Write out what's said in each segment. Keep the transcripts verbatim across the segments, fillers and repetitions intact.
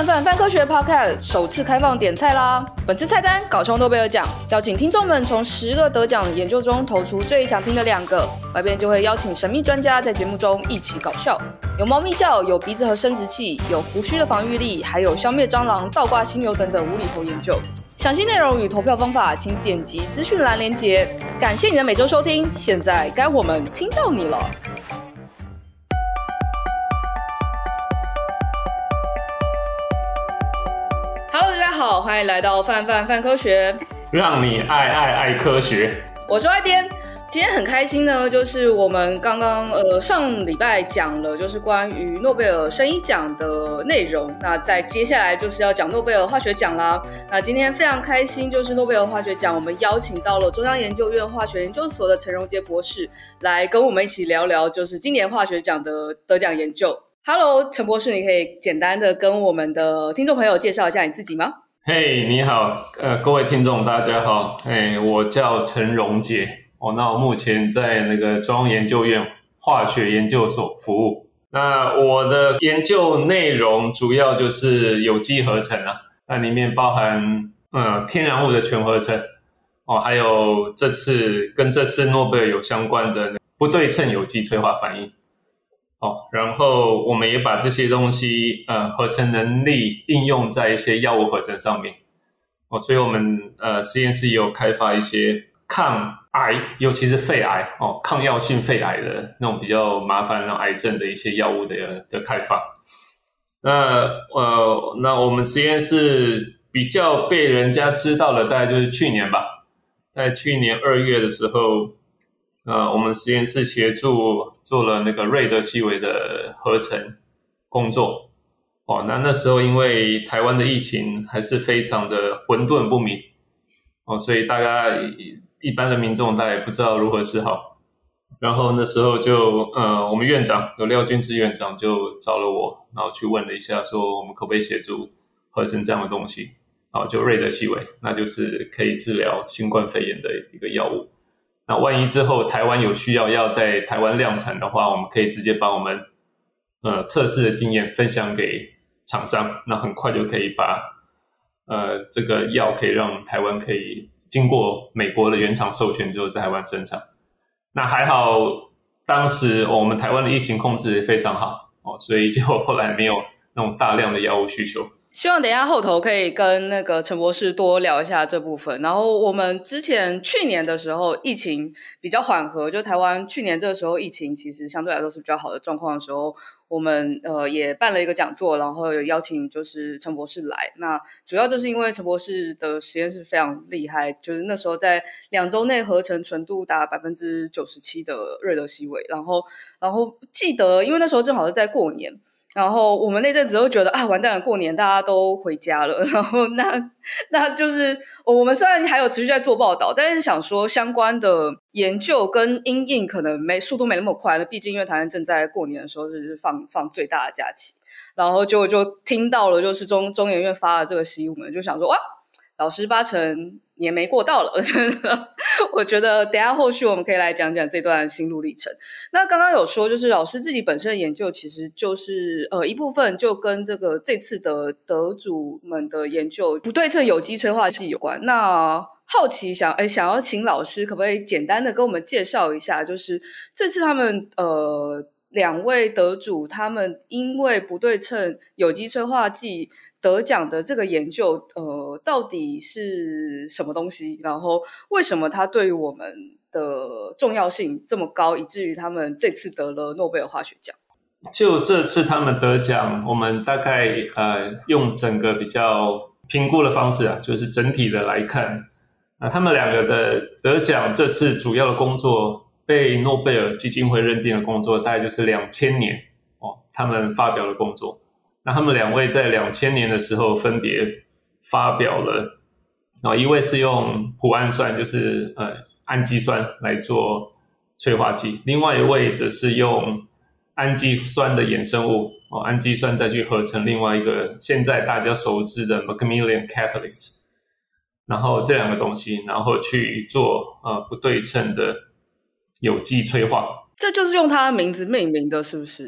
范范范科学 Podcast 首次开放点菜啦！本次菜单搞笑诺贝尔奖，邀请听众们从十个得奖研究中投出最想听的两个，外边就会邀请神秘专家在节目中一起搞笑。有猫咪叫，有鼻子和生殖器，有胡须的防御力，还有消灭蟑螂、倒挂犀牛等等无厘头研究。详细内容与投票方法，请点击资讯栏连结。感谢你的每周收听，现在该我们听到你了。Hello， 大家好，欢迎来到范范范科学， 让你爱爱爱科学。 我是外边。今天很开心呢，就是我们刚刚呃上礼拜讲了就是关于诺贝尔生理奖的内容，那在接下来就是要讲诺贝尔化学奖啦。那今天非常开心，就是诺贝尔化学奖我们邀请到了中央研究院化学研究所的陈荣杰博士来跟我们一起聊聊就是今年化学奖的得奖研究。Hello， 陈博士，你可以简单的跟我们的听众朋友介绍一下你自己吗？ 嘿、hey, 你好，呃，各位听众大家好，哎、hey, 我叫陈荣杰。哦，那我目前在那个中央研究院化学研究所服务。那我的研究内容主要就是有机合成啊，那里面包含呃天然物的全合成哦，还有这次跟这次诺贝尔有相关的不对称有机催化反应哦，然后我们也把这些东西呃合成能力应用在一些药物合成上面哦，所以我们呃实验室也有开发一些抗癌，尤其是肺癌哦，抗药性肺癌的那种比较麻烦的癌症的一些药物的的开发。那呃，那我们实验室比较被人家知道的，大概就是去年吧，在去年二月的时候，呃，我们实验室协助做了那个瑞德西韦的合成工作。哦，那那时候因为台湾的疫情还是非常的混沌不明，哦，所以大家一般的民众大家也不知道如何是好，然后那时候就呃，我们院长有廖俊志院长就找了我，然后去问了一下，说我们可不可以协助合成这样的东西，然后就瑞德西韦，那就是可以治疗新冠肺炎的一个药物。那万一之后台湾有需要要在台湾量产的话，我们可以直接把我们呃测试的经验分享给厂商，那很快就可以把呃这个药可以让台湾可以经过美国的原厂授权之后在台湾生产。那还好当时、哦、我们台湾的疫情控制也非常好、哦、所以就后来没有那种大量的药物需求。 希望等一下后头可以跟那个陈博士多聊一下这部分。然后我们之前去年的时候疫情比较缓和，就台湾去年这个时候疫情其实相对来说是比较好的状况的时候，我们呃也办了一个讲座，然后有邀请就是陈博士来。那主要就是因为陈博士的实验室非常厉害，就是那时候在两周内合成纯度达 百分之九十七 的瑞德西韦，然后然后记得因为那时候正好是在过年，然后我们那阵子都觉得啊，完蛋了，过年大家都回家了。然后那那就是我们虽然还有持续在做报道，但是想说相关的研究跟因应可能没速度没那么快，毕竟因为台湾正在过年的时候是放放最大的假期，然后就就听到了就是中中研院发的这个新闻，就想说哇，老师八成年没过到了，真的。我觉得等一下后续我们可以来讲讲这段心路历程。那刚刚有说就是老师自己本身的研究其实就是呃一部分就跟这个这次的得主们的研究不对称有机催化剂有关。那好奇想诶想要请老师可不可以简单的跟我们介绍一下，就是这次他们呃两位得主他们因为不对称有机催化剂得奖的这个研究呃，到底是什么东西，然后为什么它对于我们的重要性这么高，以至于他们这次得了诺贝尔化学奖。 就这次他们得奖，我们大概呃用整个比较评估的方式啊，就是整体的来看啊，他们两个的得奖这次主要的工作被诺贝尔基金会认定的工作大概就是两千年哦，他们发表的工作。那他们两位在两千年的时候分别发表了，然后一位是用脯氨酸，就是呃氨基酸来做催化剂，另外一位则是用氨基酸的衍生物、哦、氨基酸再去合成另外一个现在大家熟知的 Macmillan Catalyst， 然后这两个东西，然后去做呃不对称的有机催化。 这就是用它的名字命名的，是不是？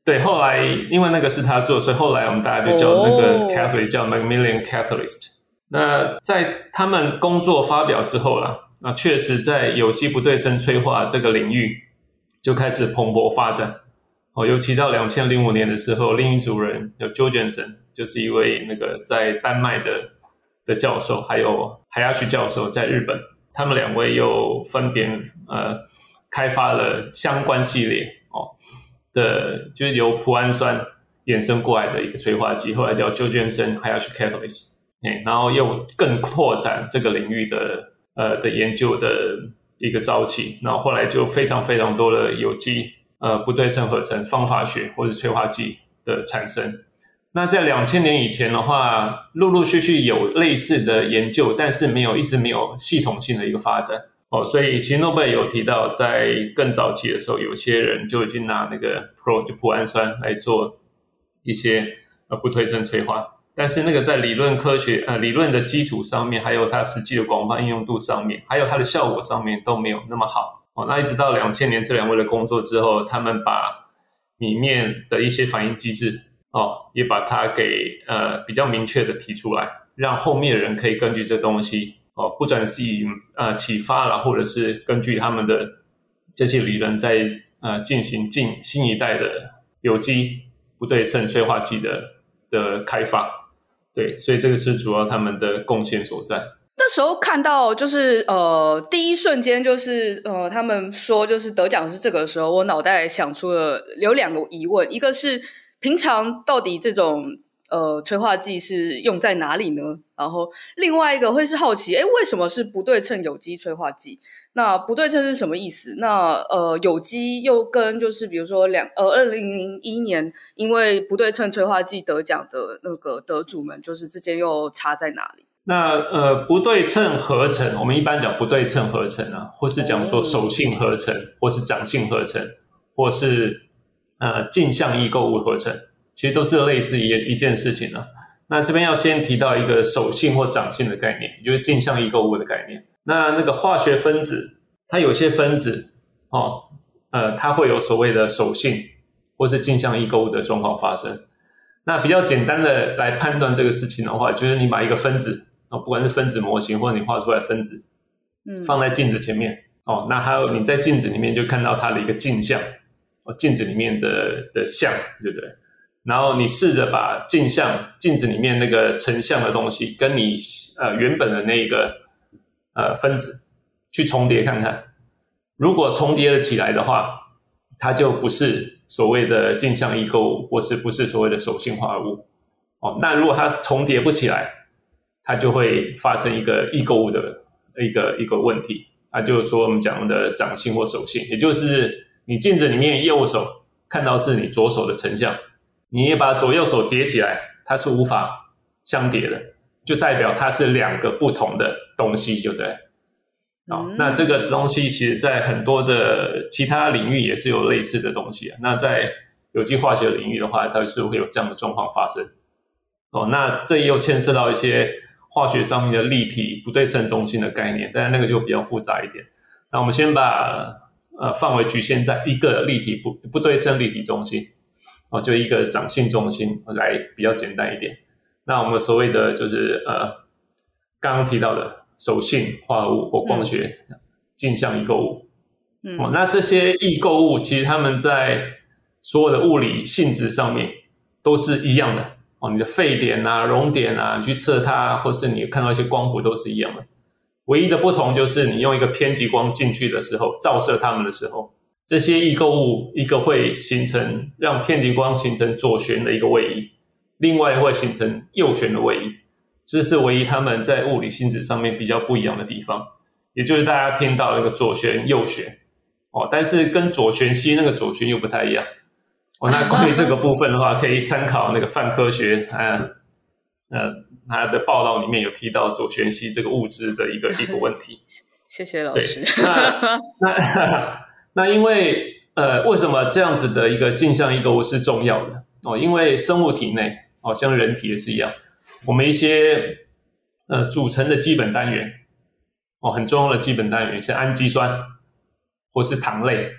对，后来因为那个是他做，所以后来我们大家就叫那个 Catholic、哦、叫 Macmillan Catalyst。那在他们工作发表之后啦，那确实在有机不对称催化这个领域就开始蓬勃发展。哦，尤其到二零零五年的时候，另一组人有 Jorgensen， 就是一位那个在丹麦的的教授，还有 Hayashi 教授在日本，他们两位又分别呃开发了相关系列哦的，就是由脯氨酸衍生过来的一个催化剂，后来叫 Jorgensen Hayashi Catalyst。然后又更拓展这个领域的呃的研究的一个朝气，然后后来就非常非常多的有机呃不对称合成方法学或是催化剂的产生。那在两千年以前的话，陆陆续续有类似的研究，但是没有一直没有系统性的一个发展哦。所以其实诺贝尔有提到，在更早期的时候，有些人就已经拿那个 Pro 就脯氨酸来做一些呃不对称催化。但是那个在理论科学呃理论的基础上面，还有它实际的广泛应用度上面，还有它的效果上面都没有那么好哦。那一直到两千年这两位的工作之后，他们把里面的一些反应机制哦，也把它给呃比较明确的提出来，让后面的人可以根据这东西哦，不转是以呃启发啦，或者是根据他们的这些理论在呃进行进新一代的有机不对称催化剂的的开发。对，所以这个是主要他们的贡献所在。 那时候看到就是呃，第一瞬间就是呃，他们说就是得奖是这个时候，我脑袋想出了有两个疑问，一个是平常到底这种呃催化剂是用在哪里呢？然后另外一个会是好奇，诶，为什么是不对称有机催化剂？那不对称是什么意思？那呃，有机又跟就是比如说两呃二零零一年因为不对称催化剂得奖的那个得主们，就是之间又差在哪里？ 那呃，不对称合成，我们一般讲不对称合成啊，或是讲说手性合成，或是掌性合成，或是呃镜像异构物合成，其实都是类似一一件事情啊。那这边要先提到一个手性或掌性的概念，也就是镜像异构物的概念。那那个化学分子，它有些分子哦，呃，它会有所谓的手性或是镜像异构物的状况发生。那比较简单的来判断这个事情的话，就是你把一个分子哦，不管是分子模型或者你画出来分子，嗯，放在镜子前面哦，那还有你在镜子里面就看到它的一个镜像哦，镜子里面的的像，对不对？然后你试着把镜像镜子里面那个成像的东西跟你呃原本的那个呃分子去重叠看看，如果重叠了起来的话，它就不是所谓的镜像异构物，或是不是所谓的手性化合物哦。那如果它重叠不起来，它就会发生一个异构物的一个一个问题，那就是说我们讲的掌性或手性，也就是你镜子里面右手看到是你左手的成像，你也把左右手叠起来，它是无法相叠的，就代表它是两个不同的东西，对不对？哦，那这个东西其实在很多的其他领域也是有类似的东西，那在有机化学领域的话，它是会有这样的状况发生。哦，那这又牵涉到一些化学上面的立体不对称中心的概念，但是那个就比较复杂一点。那我们先把呃范围局限在一个立体不不对称立体中心，哦，就一个掌性中心来比较简单一点。那我们所谓的就是呃刚刚提到的手性化合物或光学镜像异构物，嗯，哦，那这些异构物其实它们在所有的物理性质上面都是一样的。哦，你的沸点啊、熔点啊，你去测它，或是你看到一些光谱都是一样的。唯一的不同就是你用一个偏极光进去的时候，照射它们的时候，这些异构物一个会形成让偏极光形成左旋的一个位移，另外会形成右旋的位移，这是唯一它们在物理性质上面比较不一样的地方。也就是大家听到那个左旋、右旋，哦，但是跟左旋烯那个左旋又不太一样。哦，那关于这个部分的话，可以参考那个泛科学，呃，呃，他的报道里面有提到左旋烯这个物质的一个一个问题。 谢谢老师。 那那那因为呃，为什么这样子的一个镜像异构物是重要的哦？因为生物体内哦，像人体也是一样，我们一些呃组成的基本单元哦，很重要的基本单元，像氨基酸或是糖类。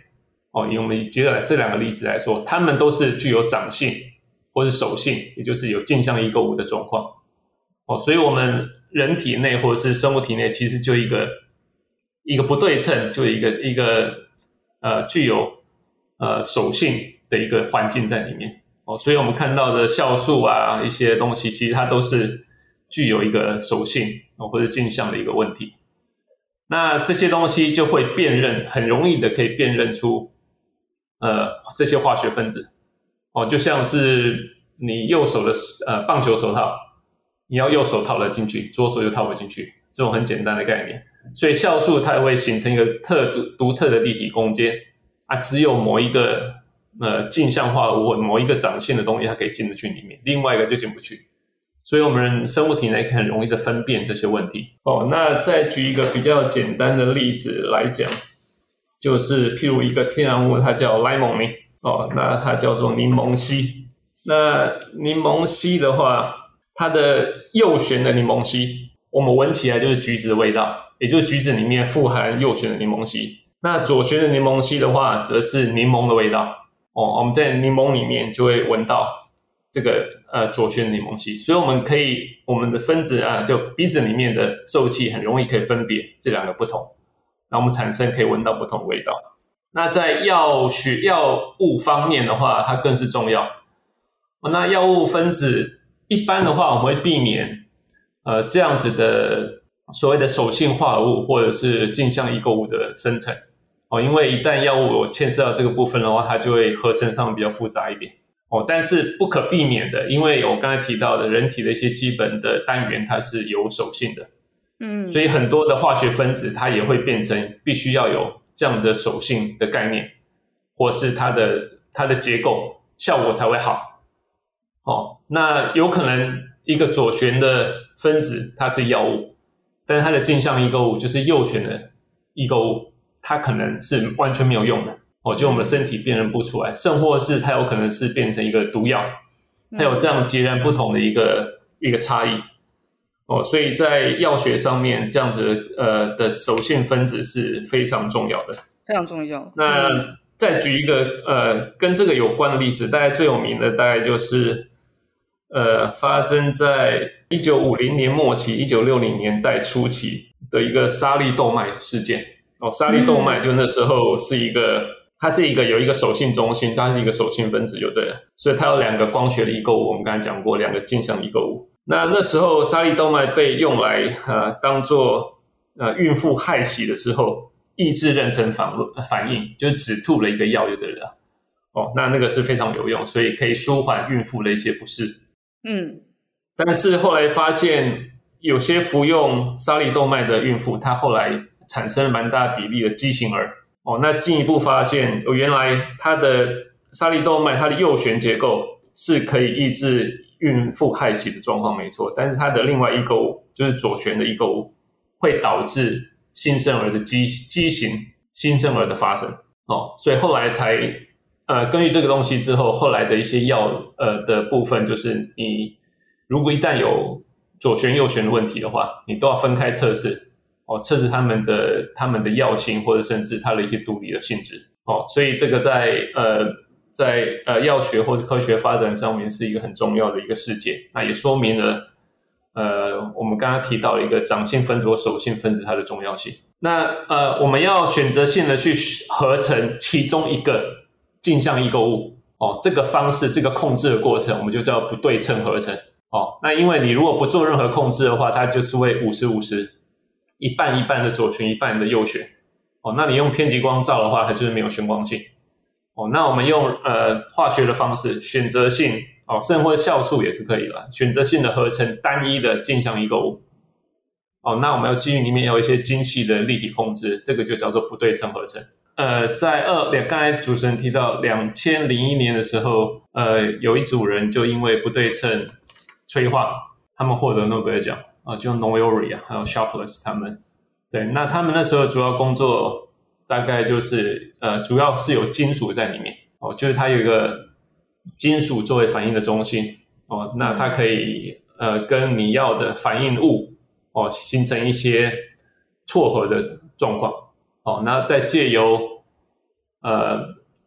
哦，以我们接下来这两个例子来说，它们都是具有长性或是手性，也就是有镜像异构物的状况。哦，所以我们人体内或者是生物体内其实就一个一个不对称，就一个一个呃具有呃手性的一个环境在里面。哦，所以我们看到的酵素啊一些东西，其实它都是具有一个手性哦或者镜像的一个问题。那这些东西就会辨认，很容易的可以辨认出呃这些化学分子。哦，就像是你右手的呃棒球手套，你要右手套了进去，左手就套不进去，这种很简单的概念。所以酵素它会形成一个特独独特的立体空间啊，只有某一个呃镜像化合物或某一个长性的东西它可以进得去里面，另外一个就进不去。所以我们生物体内可以很容易的分辨这些问题。哦，那再举一个比较简单的例子来讲，就是譬如一个天然物，它叫 limonene， 哦，那它叫做柠檬烯。那柠檬烯的话，它的右旋的柠檬烯，我们闻起来就是橘子的味道，也就是橘子里面富含右旋的柠檬烯。那左旋的柠檬烯的话，则是柠檬的味道。哦，我们在柠檬里面就会闻到这个呃左旋的柠檬烯，所以我们可以我们的分子啊，就鼻子里面的受器很容易可以分别这两个不同，那我们产生可以闻到不同的味道。那在药学药物方面的话，它更是重要。那药物分子一般的话，我们会避免呃这样子的所谓的手性化合物或者是镜像异构物的生成哦，因为一旦药物有牵涉到这个部分的话，它就会合成上比较复杂一点哦。但是不可避免的，因为我刚才提到的人体的一些基本的单元它是有手性的，嗯，所以很多的化学分子它也会变成必须要有这样的手性的概念，或是它的它的结构效果才会好。哦，那有可能一个左旋的分子它是药物，但是它的镜像异构物就是右旋的异构物，它可能是完全没有用的哦，就我们身体辨认不出来，甚或是它有可能是变成一个毒药，它有这样截然不同的一个一个差异哦，所以在药学上面这样子呃的手性分子是非常重要的， 非常重要。 那、嗯、再举一个呃跟这个有关的例子，大概最有名的大概就是呃，发生在一九五零年末期、一九六零年代初期的一个沙利豆麦事件。哦，沙利豆麦就那时候是一个，嗯、它是一个有一个手性中心，它是一个手性分子就对了，所以它有两个光学的异构物，我们刚才讲过，两个镜像异构物。那那时候沙利豆麦被用来呃当做呃孕妇害喜的时候抑制妊娠反反应，就是止吐的一个药就对了。哦，那那个是非常有用，所以可以舒缓孕妇的一些不适。嗯，但是后来发现有些服用沙利豆麦的孕妇，她后来产生了蛮大比例的畸形儿。哦，那进一步发现，哦，原来她的沙利豆麦它的右旋结构是可以抑制孕妇害喜的状况，没错。但是它的另外异构物，就是左旋的异构物，会导致新生儿的畸畸形新生儿的发生。哦，所以后来才。呃，根据这个东西之后，后来的一些药呃的部分，就是你如果一旦有左旋右旋的问题的话，你都要分开测试哦，测试他们的他们的药性或者甚至它的一些毒理的性质哦，所以这个在呃在呃药学或者科学发展上面是一个很重要的一个事件，那也说明了呃我们刚刚提到的一个长性分子或手性分子它的重要性。那呃我们要选择性的去合成其中一个镜像异构物哦，这个方式这个控制的过程我们就叫不对称合成哦。那因为你如果不做任何控制的话，它就是会五十五十，一半一半的左旋一半的右旋哦。那你用偏极光照的话，它就是没有旋光性哦。那我们用呃化学的方式选择性哦，甚或酵素也是可以了，选择性的合成单一的镜像异构物哦。那我们要基因里面有一些精细的立体控制，这个就叫做不对称合成。呃，在二两刚才主持人提到两千零一年的时候，呃，有一组人就因为不对称催化，他们获得诺贝尔奖啊，就 Nouri 啊，还有 Sharpless 他们。对，那他们那时候主要工作大概就是呃，主要是有金属在里面哦，就是它有一个金属作为反应的中心哦，那它可以呃跟你要的反应物哦形成一些撮合的状况。哦，那再借由呃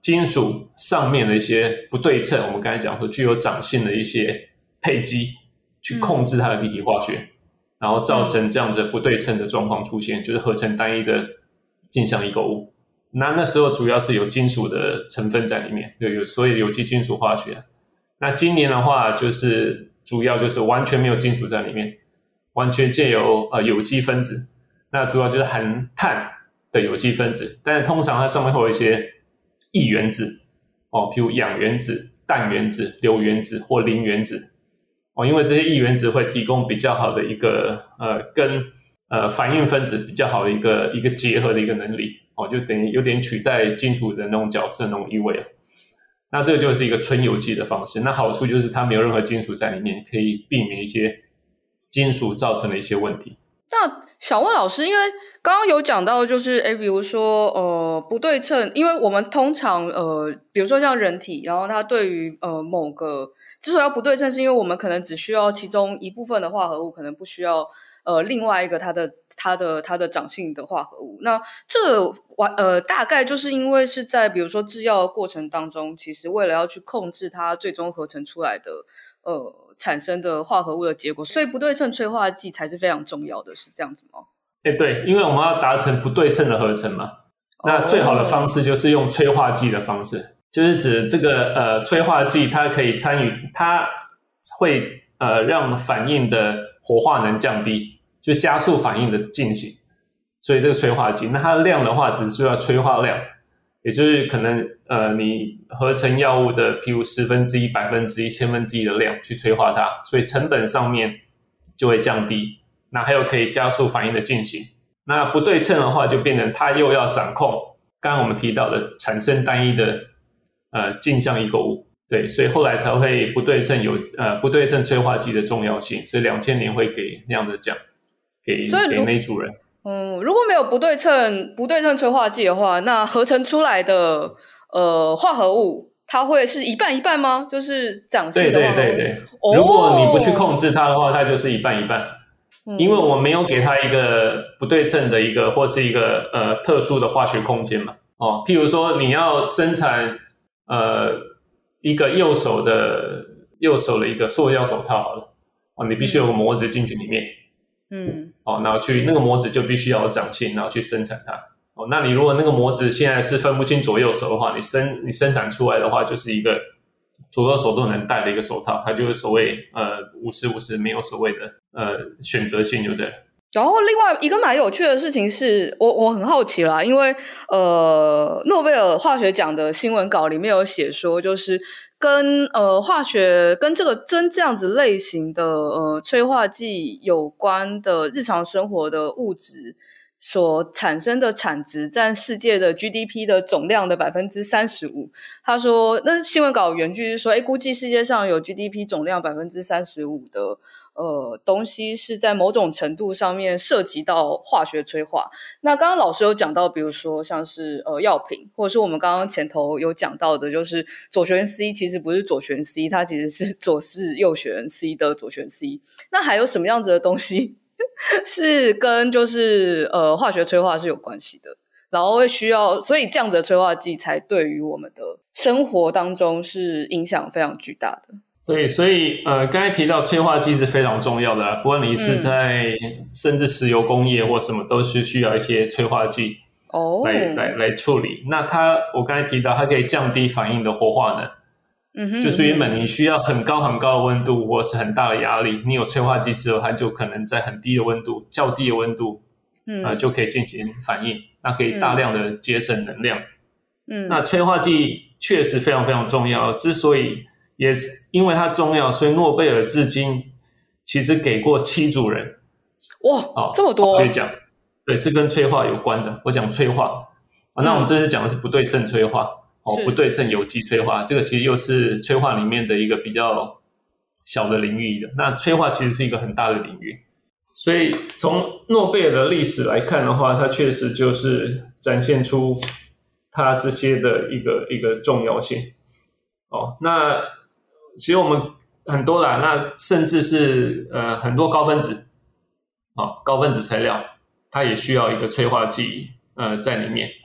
金属上面的一些不对称，我们刚才讲说具有长性的一些配基去控制它的立体化学，嗯、然后造成这样子不对称的状况出现，就是合成单一的镜像异构物。那那时候主要是有金属的成分在里面，有所以有机金属化学。那今年的话，就是主要就是完全没有金属在里面，完全借由呃有机分子。那主要就是含碳的有机分子，但是通常它上面会有一些异原子哦，譬如氧原子、氮原子、硫原子或磷原子哦，因为这些异原子会提供比较好的一个呃跟呃反应分子比较好的一个一个结合的一个能力哦，就等于有点取代金属的那种角色那种意味了。那这个就是一个纯有机的方式，那好处就是它没有任何金属在里面，可以避免一些金属造成的一些问题。 那想问老师，因为刚刚有讲到，就是诶比如说呃不对称，因为我们通常呃比如说像人体，然后它对于呃某个之所以要不对称，是因为我们可能只需要其中一部分的化合物，可能不需要呃另外一个它的它的它的长性的化合物。那这呃大概就是因为是在比如说制药的过程当中，其实为了要去控制它最终合成出来的呃产生的化合物的结果，所以不对称催化剂才是非常重要的，是这样子吗？ 欸、对，因为我们要达成不对称的合成嘛，那最好的方式就是用催化剂的方式，就是指这个呃催化剂它可以参与，它会呃让反应的活化能降低，就加速反应的进行，所以这个催化剂，那它的量的话只需要催化量，也就是可能呃你合成药物的譬如十分之一、百分之一、千分之一的量去催化它，所以成本上面就会降低。那还有可以加速反应的进行。那不对称的话，就变成它又要掌控刚刚我们提到的产生单一的呃镜像异构物。对，所以后来才会不对称有呃不对称催化剂的重要性，所以两千年会给那样的奖给给那组人。 嗯，如果没有不对称不对称催化剂的话，那合成出来的呃化合物它会是一半一半吗？就是长性的化合物。 对对对对、哦，如果你不去控制它的话，它就是一半一半。嗯、因为我没有给它一个不对称的一个或是一个呃特殊的化学空间嘛。哦，譬如说你要生产呃一个右手的右手的一个塑胶手套好了，哦，你必须有个模子进去里面。嗯，哦，然后去那个模子就必须要有长性，然后去生产它。哦，那你如果那个模子现在是分不清左右手的话，你生你生产出来的话，就是一个左右手都能戴的一个手套，它就是所谓呃五十五十，没有所谓的呃选择性，就对了。 然后另外一个蛮有趣的事情是，我我很好奇啦，因为呃诺贝尔化学奖的新闻稿里面有写说，就是跟呃化学跟这个针这样子类型的呃催化剂有关的日常生活的物质所产生的产值占世界的 G D P 的总量的 百分之三十五。 他说那新闻稿原句是说，诶估计世界上有 G D P 总量 百分之三十五 的呃东西是在某种程度上面涉及到化学催化。那刚刚老师有讲到，比如说像是呃药品，或者是我们刚刚前头有讲到的，就是左旋 C 其实不是左旋 C， 它其实是左是右旋 C 的左旋 C。 那还有什么样子的东西是跟就是呃化学催化是有关系的，然后会需要，所以这样子的催化剂才对于我们的生活当中是影响非常巨大的。 对，所以呃刚才提到催化剂是非常重要的啦，不管你是在、嗯、甚至石油工业或什么都是需要一些催化剂哦来来来处理。那它我刚才提到它可以降低反应的活化能。嗯哼，就是原本你需要很高很高的温度或是很大的压力，你有催化剂之后，它就可能在很低的温度、较低的温度，嗯、呃，就可以进行反应，那可以大量的节省能量。嗯，那催化剂确实非常非常重要，之所以也是因为它重要，所以诺贝尔至今其实给过七组人。 哇，哦、这么多！ 化学奖，对，是跟催化有关的。我讲催化，啊、那我们这次讲的是不对称催化。哦，不对称有机催化，这个其实又是催化里面的一个比较小的领域的。那催化其实是一个很大的领域，所以从诺贝尔的历史来看的话，它确实就是展现出它这些的一个一个重要性。哦，那其实我们很多啦，那甚至是呃很多高分子，哦，高分子材料，它也需要一个催化剂呃在里面。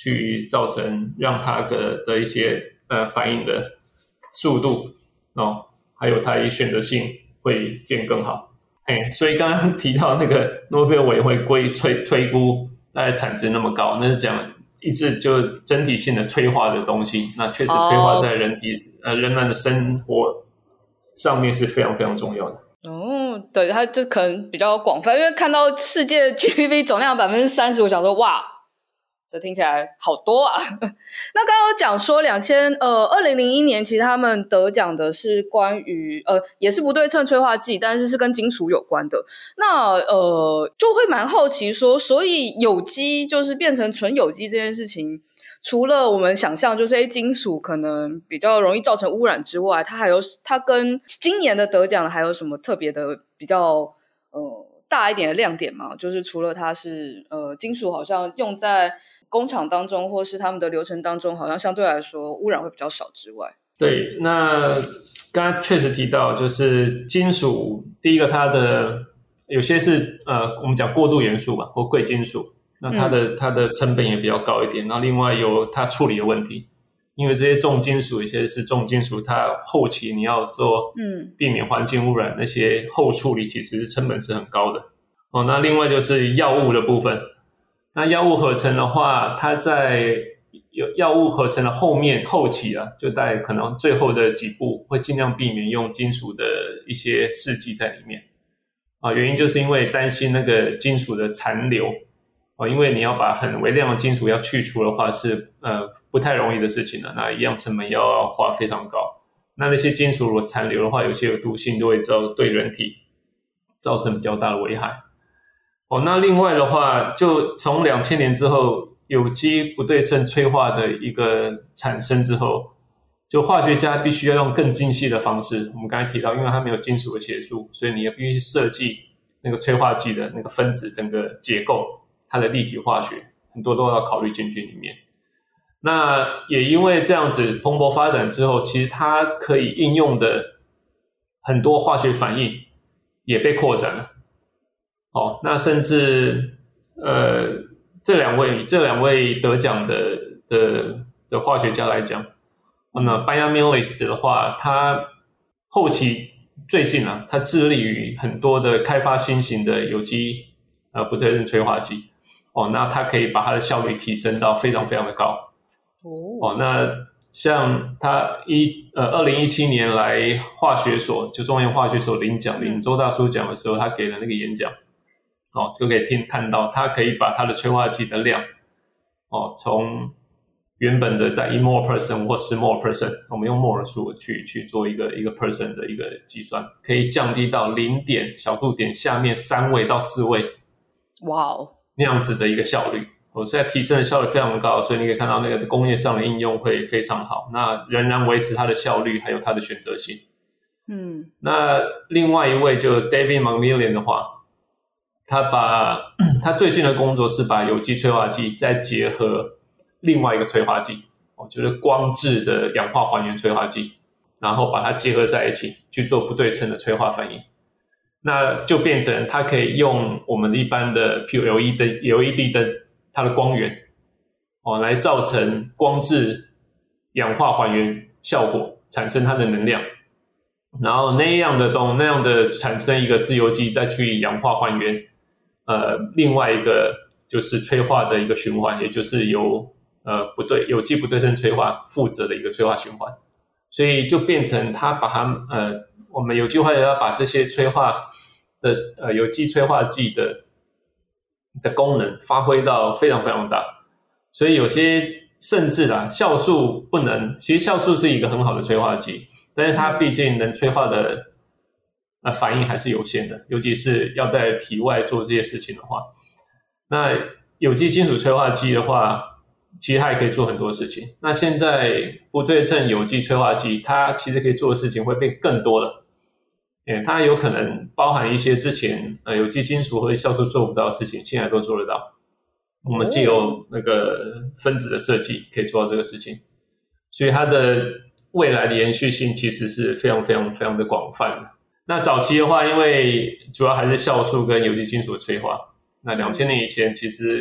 去造成让它的的一些呃反应的速度哦，还有它的选择性会变更好。哎，所以刚刚提到那个诺贝尔委员会归推推估大概产值那么高，那是讲一直就整体性的催化的东西，那确实催化在人体、oh. 呃人们的生活上面是非常非常重要的。 哦，对，它就可能比较广泛，因为看到世界 G D P 总量百分之三十，我想说哇，这听起来好多啊。那刚刚有讲说两千呃二零零一年，其实他们得奖的是关于呃也是不对称催化剂，但是是跟金属有关的。那呃就会蛮好奇说，所以有机就是变成纯有机这件事情，除了我们想象就是诶金属可能比较容易造成污染之外，它还有它跟今年的得奖还有什么特别的比较呃大一点的亮点吗？就是除了它是呃金属好像用在工厂当中或是他们的流程当中好像相对来说污染会比较少之外。 对，那刚刚确实提到就是金属，第一个它的有些是呃我们讲过渡元素吧，或贵金属，那它的、嗯、它的成本也比较高一点，然后另外有它处理的问题，因为这些重金属有些是重金属，它后期你要做避免环境污染、嗯、那些后处理其实成本是很高的哦。那另外就是药物的部分，那药物合成的话，它在有药物合成的后面后期啊，就在可能最后的几步会尽量避免用金属的一些试剂在里面啊，原因就是因为担心那个金属的残留啊，因为你要把很微量的金属要去除的话是呃不太容易的事情了，那一样成本要花非常高。那那些金属如果残留的话，有些有毒性，就会造对人体造成比较大的危害。哦，那另外的话，就从两千年之后，有机不对称催化的一个产生之后，就化学家必须要用更精细的方式。我们刚才提到，因为它没有金属的协助，所以你也必须设计那个催化剂的那个分子整个结构，它的立体化学很多都要考虑进去里面。那也因为这样子蓬勃发展之后，其实它可以应用的很多化学反应也被扩展了。哦，那甚至呃，这两位这两位得奖的的的化学家来讲，那 Biomimesis 的话，他后期最近啊，他致力于很多的开发新型的有机呃不对称催化剂。哦，那他可以把它的效率提升到非常非常的高。哦，那像他一呃二零一七年来化学所，就中研化学所领奖领周大叔奖的时候，他给了那个演讲。哦，就可以听看到，它可以把它的催化剂的量，哦，从原本的在一 mole per cent 或十 mole per cent， 我们用 mole 数去去做一个一个 percent 的一个计算，可以降低到零点小数点下面三位到四位， 哇哦， 那样子的一个效率，哦，现在提升的效率非常高，所以你可以看到那个工业上的应用会非常好，那仍然维持它的效率还有它的选择性。嗯，那另外一位就 David McMillan 的话。他把他最近的工作是把有机催化剂再结合另外一个催化剂，哦，就是光质的氧化还原催化剂，然后把它结合在一起去做不对称的催化反应，那就变成它可以用我们一般的譬如 L E D 的 L E D 灯它的光源，哦，来造成光质氧化还原效果，产生它的能量。然后那样的东那样的产生一个自由基再去氧化还原呃另外一个就是催化的一个循环，也就是由呃不对有机不对称催化负责的一个催化循环。所以就变成它把它呃我们有机化学要把这些催化的呃有机催化剂的的功能发挥到非常非常大。所以有些甚至啦酵素不能，其实酵素是一个很好的催化剂，但是它毕竟能催化的呃反应还是有限的，尤其是要在体外做这些事情的话。那有机金属催化剂的话，其实它也可以做很多事情。那现在不对称有机催化剂，它其实可以做的事情会变更多了。欸、它有可能包含一些之前呃有机金属或者酵素做不到的事情，现在都做得到。我们既有那个分子的设计可以做到这个事情，所以它的未来的延续性其实是非常非常非常的广泛的。那早期的话，因为主要还是酵素跟有机金属的催化，那两千年以前其实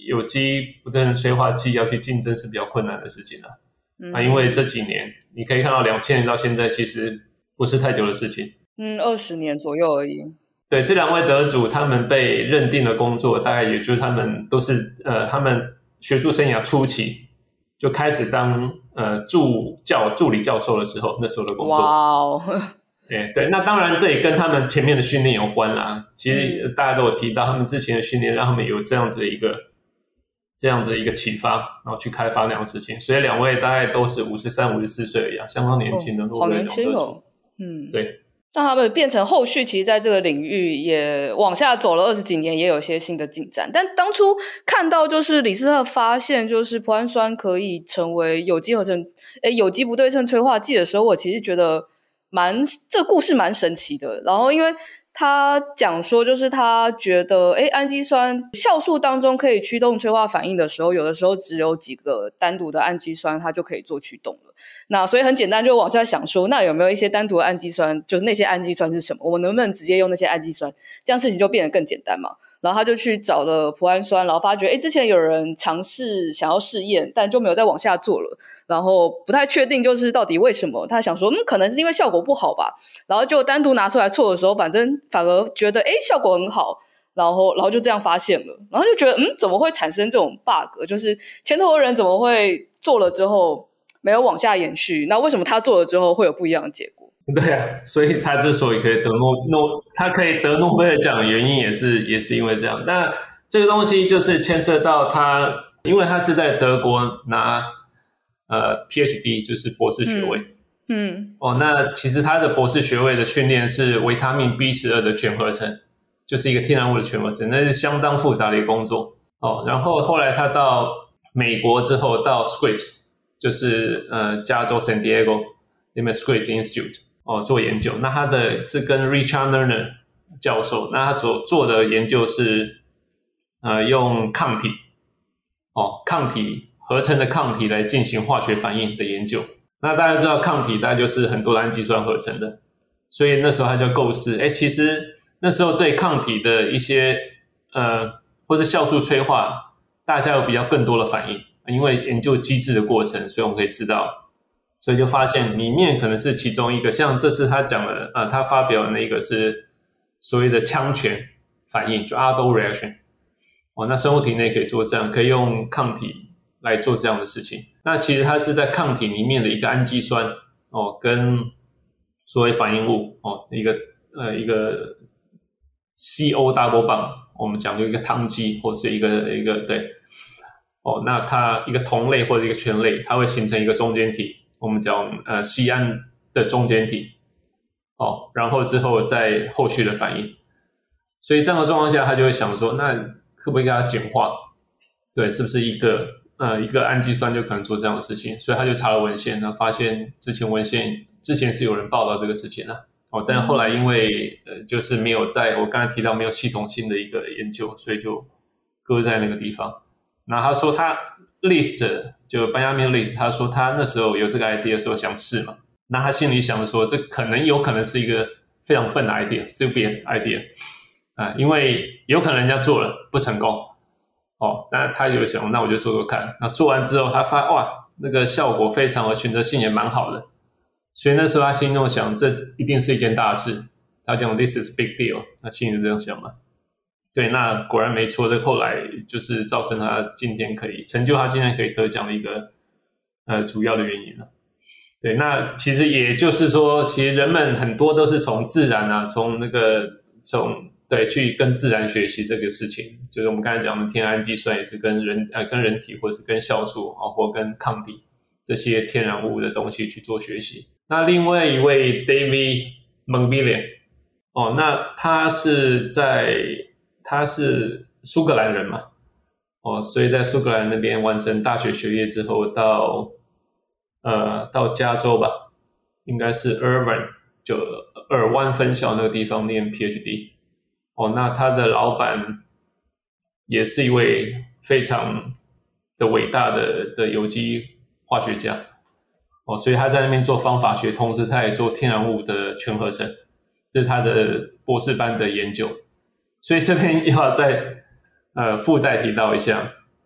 有机不对称催化剂要去竞争是比较困难的事情啊。嗯、啊，因为这几年你可以看到两千年到现在其实不是太久的事情， 嗯，二十年左右而已。 对，这两位得主他们被认定的工作，大概也就是他们都是呃，他们学术生涯初期就开始当呃助教助理教授的时候，那时候的工作。 哇哦！ 对对，那当然这也跟他们前面的训练有关啦。其实大家都有提到，他们之前的训练让他们有这样子的一个这样子的一个启发，然后去开发那样的事情。所以两位大概都是五十三、五十四岁而已、啊，相当年轻的诺贝尔奖得主。 哦，嗯， 对。 但他们变成后续，其实在这个领域也往下走了二十几年，也有些新的进展。但当初看到就是李斯特发现，就是脯氨酸可以成为有机合成，诶，有机不对称催化剂的时候，我其实觉得蛮这个故事蛮神奇的。然后因为他讲说，就是他觉得，诶，氨基酸酵素当中可以驱动催化反应的时候，有的时候只有几个单独的氨基酸，它就可以做驱动了。那所以很简单，就往下想说，那有没有一些单独的氨基酸，就是那些氨基酸是什么？我们能不能直接用那些氨基酸？这样事情就变得更简单嘛。然后他就去找了脯氨酸，然后发觉，诶，之前有人尝试想要试验，但就没有再往下做了。然后不太确定，就是到底为什么？他想说，嗯，可能是因为效果不好吧。然后就单独拿出来做的时候，反正反而觉得，诶，效果很好。然后，然后就这样发现了，然后就觉得，嗯，怎么会产生这种 bug？ 就是前头的人怎么会做了之后没有往下延续？那为什么他做了之后会有不一样的结果？ 对啊，所以他之所以可以得诺诺，他可以得诺贝尔奖的原因也是也是因为这样。那这个东西就是牵涉到他，因为他是在德国拿呃 P H D， 就是博士学位。嗯，嗯哦，那其实他的博士学位的训练是维他命 B 十二 的全合成。就是一个天然物的全合成，那是相当复杂的一个工作哦。然后后来他到美国之后，到 Scripps， 就是呃加州 San Diego 那边 Scripps Institute 哦做研究。那他的是跟 Richard Lerner 教授，那他所做的研究是呃用抗体哦抗体合成的抗体来进行化学反应的研究。那大家知道抗体大概就是很多的氨基酸合成的，所以那时候他就构思，哎，其实。那时候对抗体的一些呃，或是酵素催化，大家有比较更多的反应，因为研究机制的过程，所以我们可以知道，所以就发现里面可能是其中一个，像这次他讲的，呃，他发表的那个是所谓的羟醛反应，就 Aldol reaction， 哦，那生物体内可以做这样，可以用抗体来做这样的事情。那其实它是在抗体里面的一个氨基酸哦，跟所谓反应物哦，一个呃一个。C O double bond， 我们讲究一个羟基或是一个一个对哦，那它一个同类或者一个醛类，它会形成一个中间体，我们讲呃酰胺的中间体哦，然后之后再后续的反应，所以这样的状况下，他就会想说，那可不可以给它简化？对，是不是一个呃一个氨基酸就可能做这样的事情？所以他就查了文献，然后发现之前文献之前是有人报道这个事情的。哦，但后来因为呃，就是没有在我刚才提到没有系统性的一个研究，所以就搁在那个地方。那他说他 List 就 Benjamin List， 他说他那时候有这个 idea 的时候想试嘛，那他心里想说这可能有可能是一个非常笨的 idea，stupid idea 啊、呃，因为有可能人家做了不成功，哦，那他有想那我就做做看。那做完之后他发哇，那个效果非常的选择性也蛮好的。所以那时候他心中想，这一定是一件大事。他讲 "This is big deal"， 他心里就这样想嘛。对，那果然没错。这后来就是造成他今天可以成就他今天可以得奖的一个呃主要的原因了。对，那其实也就是说，其实人们很多都是从自然啊，从那个从对去跟自然学习这个事情。就是我们刚才讲的天然氨基酸也是跟人呃跟人体或是跟酵素啊，或跟抗体这些天然物的东西去做学习。那另外一位 David McMillan 哦，那他是在他是苏格兰人嘛，哦，所以在苏格兰那边完成大学学业之后，到呃到加州吧，应该是 Irvine 就尔湾分校那个地方念 P H D 哦，那他的老板也是一位非常的伟大的的有机化学家。哦，所以他在那边做方法学，同时他也做天然物的全合成，这是他的博士班的研究。所以这边要再呃附带提到一下，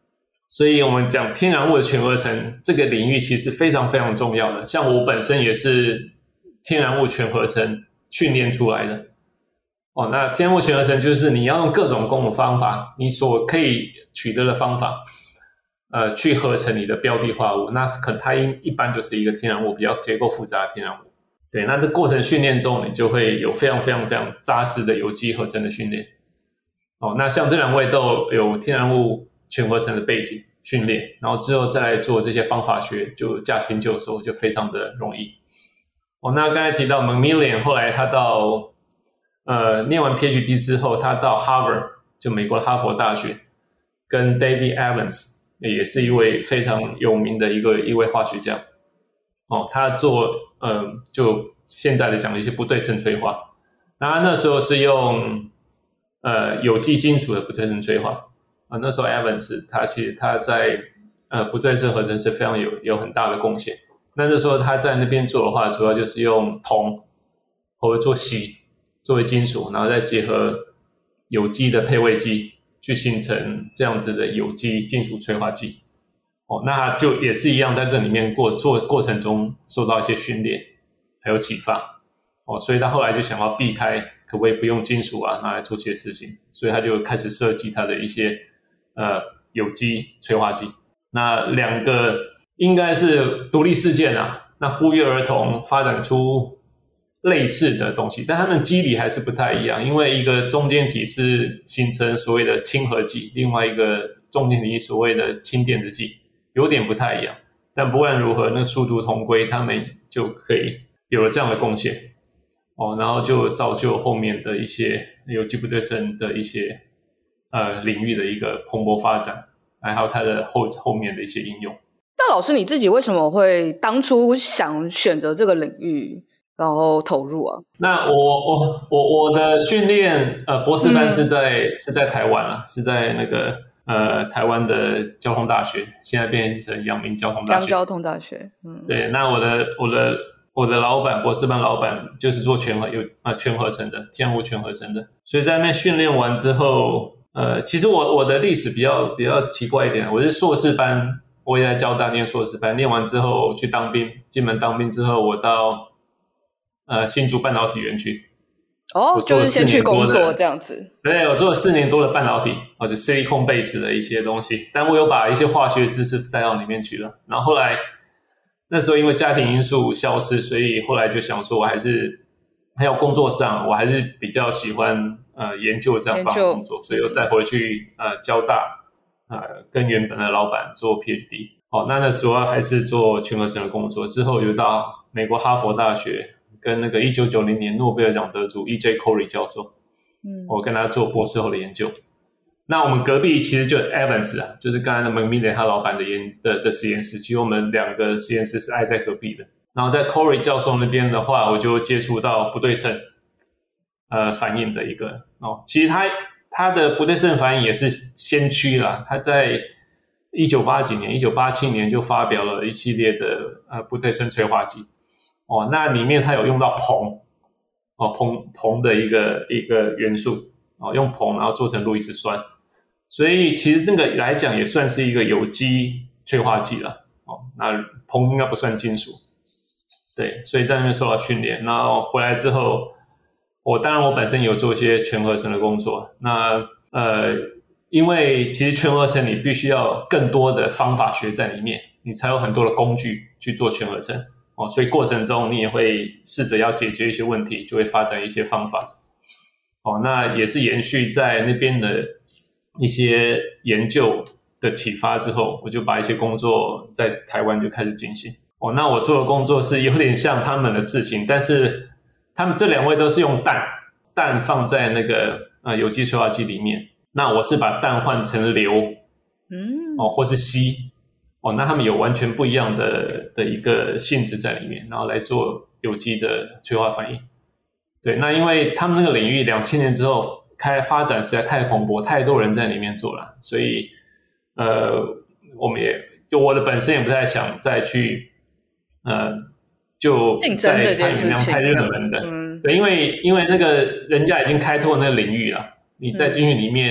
所以我们讲天然物的全合成这个领域其实非常非常重要的。像我本身也是天然物全合成训练出来的。哦，那天然物全合成就是你要用各种工的方法，你所可以取得的方法，呃，去合成你的标的化物。那可能它一般就是一个天然物，比较结构复杂的天然物。对，那这过程训练中，你就会有非常非常非常扎实的有机合成的训练。哦，那像这两位都有天然物全合成的背景训练，然后之后再来做这些方法学，就驾轻就熟，就非常的容易。哦，那刚才提到 Macmillan 后来他到呃念完 PhD 之后，他到 Harvard 就美国哈佛大学，跟 David Evans 也是一位非常有名的一个一位化学家。哦，他做呃就现在来讲一些不对称催化，那他那时候是用呃有机金属的不对称催化啊。那时候 Evans 他其实他在呃不对称合成是非常有有很大的贡献。那那时候他在那边做的话，主要就是用铜或者做锡作为金属，然后再结合有机的配位剂，去形成这样子的有机金属催化剂。哦，那就也是一样，在这里面过做过程中受到一些训练，还有启发。哦，所以他后来就想要避开可不可以不用金属啊拿来做这些事情，所以他就开始设计他的一些呃有机催化剂。那两个应该是独立事件啊，那不约而同发展出类似的东西，但它们机理还是不太一样，因为一个中间体是形成所谓的亲和剂，另外一个中间体所谓的氢电子剂，有点不太一样。但不论如何，那殊途同归，他们就可以有了这样的贡献。哦，然后就造就后面的一些有机不对称的一些呃领域的一个蓬勃发展，还有它的后后面的一些应用。 那老师你自己为什么会当初想选择这个领域，然后投入啊？ 那我我我我的训练呃博士班是在、嗯、是在台湾啊，是在那个呃台湾的交通大学，现在变成阳明交通大学。 交通大学，嗯， 对。那我的我的我的老板，博士班老板就是做全合有啊、呃、全合成的，天然物全合成的。所以在那边训练完之后，呃，其实我我的历史比较比较奇怪一点，我是硕士班。我也在交大念硕士班，念完之后去当兵，进门当兵之后，我到呃新竹半导体园区。 哦，就是先去工作这样子。 对，我做了四年多的半导体，或者 silicon base 的一些东西，但我有把一些化学知识带到里面去了。然后后来那时候因为家庭因素消失，所以后来就想说，我还是还有工作上，我还是比较喜欢呃研究这样方面工作，所以我再回去呃交大。呃，跟原本的老板做 PhD， 哦，那那时候还是做全合成的工作，之后就到美国哈佛大学，跟那个一九九零年诺贝尔奖得主 E J Corey 教授，嗯，我跟他做博士后的研究。那我们隔壁其实就 Evans 啊，就是刚才的 Macmillan 他老板的研的的实验室，其实我们两个实验室是挨在隔壁的。然后在 Corey 教授那边的话，我就接触到不对称呃反应的一个哦，其实他。他的不对称反应也是先驱啦，他在一九八几年一九八七年就发表了一系列的呃不对称催化剂。哦，那里面他有用到硼，哦硼硼的一个一个元素，哦用硼然后做成路易斯酸，所以其实那个来讲也算是一个有机催化剂啦。哦，那硼应该不算金属。对，所以在那边受到训练，然后回来之后我当然我本身有做一些全合成的工作，那呃，因为其实全合成你必须要更多的方法学在里面，你才有很多的工具去做全合成哦，所以过程中你也会试着要解决一些问题，就会发展一些方法哦，那也是延续在那边的一些研究的启发之后，我就把一些工作在台湾就开始进行哦，那我做的工作是有点像他们的事情，但是他们这两位都是用氮，氮放在那个呃有机催化剂里面。那我是把氮换成硫，嗯，哦，或是硒，哦，那他们有完全不一样的的一个性质在里面，然后来做有机的催化反应。对，那因为他们那个领域两千年之后开发展实在太蓬勃，太多人在里面做了，所以呃，我们也就我的本身也不太想再去呃。就在参与量太热门的，嗯，对，因为因为那个人家已经开拓那个领域了，你在进去里面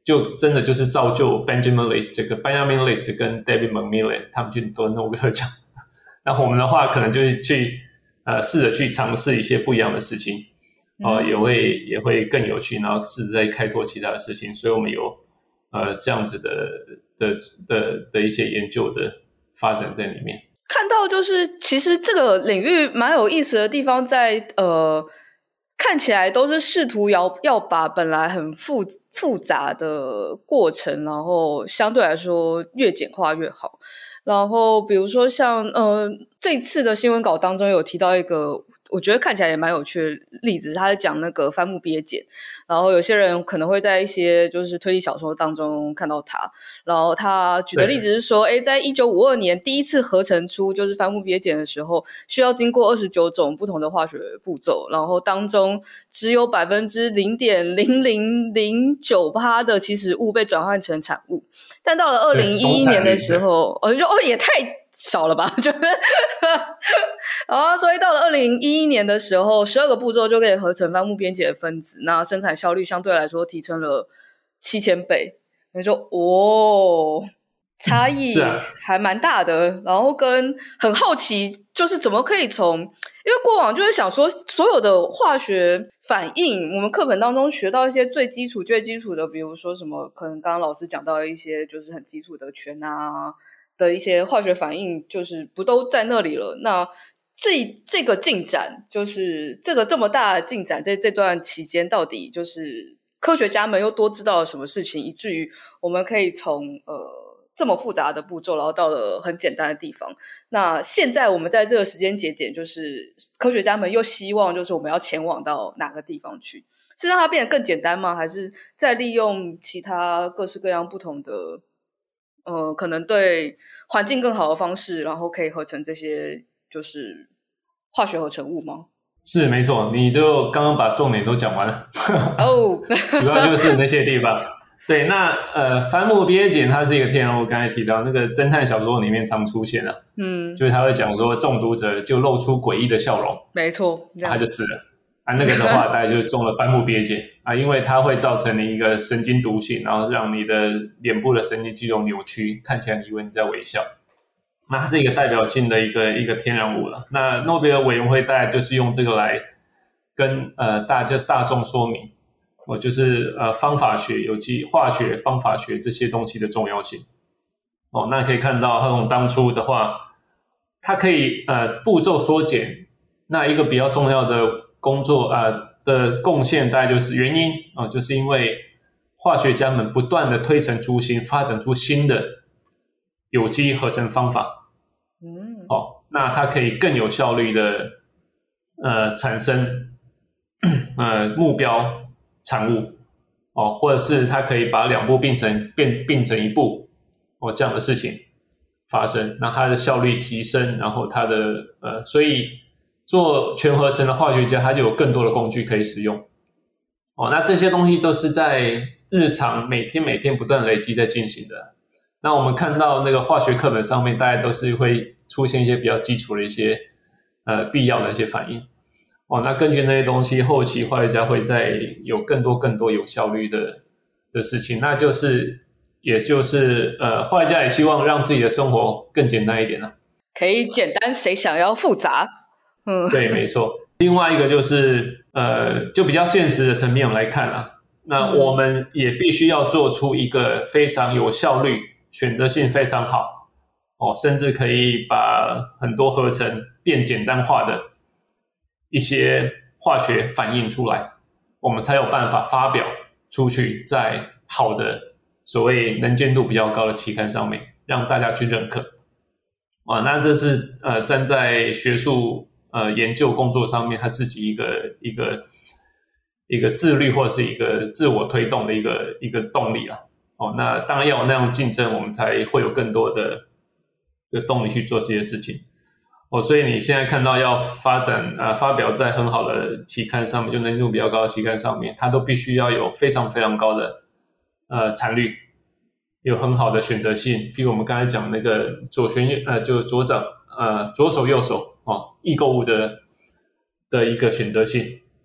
就真的就是造就 Benjamin List 这个 Benjamin List 跟 David Macmillan 他们去得诺贝尔奖。那我们的话可能就是去呃试着去尝试一些不一样的事情，哦、呃，也会也会更有趣，然后试着再开拓其他的事情，所以我们有呃这样子的的的的一些研究的发展在里面。 看到就是其实这个领域蛮有意思的地方在呃。看起来都是试图要要把本来很复复杂的过程，然后相对来说越简化越好。然后比如说像呃这次的新闻稿当中有提到一个我觉得看起来也蛮有趣的例子，是他在讲那个帆木鳖碱，然后有些人可能会在一些就是推理小说当中看到它，然后他举的例子是说，诶，在一九五二年第一次合成出就是帆木鳖碱的时候，需要经过二十九种不同的化学步骤，然后当中只有 百分之零点零零零九 的起始物被转换成产物，但到了二零一一年的时候，我就哦也太少了吧，就是然后所以到了二零一一年的时候，十二个步骤就可以合成帆木鳖碱的分子，那生产效率相对来说提升了七千倍。你说哦，差异还蛮大的、啊、然后跟很好奇就是怎么可以从，因为过往就会想说所有的化学反应我们课本当中学到一些最基础最基础的，比如说什么可能刚刚老师讲到一些就是很基础的醛啊的一些化学反应，就是不都在那里了，那这这个进展就是这个这么大的进展，在这段期间到底就是科学家们又多知道了什么事情，以至于我们可以从呃这么复杂的步骤然后到了很简单的地方。那现在我们在这个时间节点，就是科学家们又希望就是我们要前往到哪个地方去，是让它变得更简单吗？还是再利用其他各式各样不同的呃，可能对环境更好的方式，然后可以合成这些就是化学合成物吗？ 是没错，你都刚刚把重点都讲完了哦，oh. 主要就是那些地方。对，那呃，帆木鳖碱它是一个天然物，刚才提到那个侦探小说里面常出现的，嗯，就是他会讲说中毒者就露出诡异的笑容， 没错， 他就死了啊。那个的话，大概就中了帆木鳖碱啊，因为它会造成你一个神经毒性，然后让你的脸部的神经肌肉扭曲，看起来你以为你在微笑。那它是一个代表性的一个一个天然物了。那诺贝尔委员会大概就是用这个来跟呃大家大众说明，哦，就是呃方法学、有机化学、方法学这些东西的重要性。哦，那可以看到，它从当初的话，它可以呃步骤缩减。那一个比较重要的工作啊、呃、的贡献，大概就是原因啊、哦，就是因为化学家们不断的推陈出新，发展出新的有机合成方法。嗯，哦，那它可以更有效率的呃产生呃目标产物，哦，或者是它可以把两步并成变并成一步，哦，这样的事情发生，那它的效率提升，然后它的呃，所以做全合成的化学家，他就有更多的工具可以使用。哦，那这些东西都是在日常每天每天不断累积在进行的。那我们看到那个化学课本上面，大概都是会出现一些比较基础的一些呃必要的一些反应。哦，那根据那些东西，后期化学家会再有更多更多有效率的的事情。那就是也就是呃，化学家也希望让自己的生活更简单一点了、啊。 可以简单，谁想要复杂？ 嗯，对，没错。另外一个就是呃，就比较现实的层面我们来看啊，那我们也必须要做出一个非常有效率、选择性非常好哦，甚至可以把很多合成变简单化的一些化学反应出来，我们才有办法发表出去，在好的所谓能见度比较高的期刊上面，让大家去认可。啊，那这是呃站在学术呃研究工作上面，他自己一个一个一个自律或者是一个自我推动的一个一个动力啦。哦，那当然要有那样竞争，我们才会有更多的的动力去做这些事情。哦，所以你现在看到要发展呃发表在很好的期刊上面，就能见度比较高的期刊上面，它都必须要有非常非常高的呃产率，有很好的选择性。比如我们刚才讲那个左旋呃就左掌呃左手右手哦异构物的的一个选择性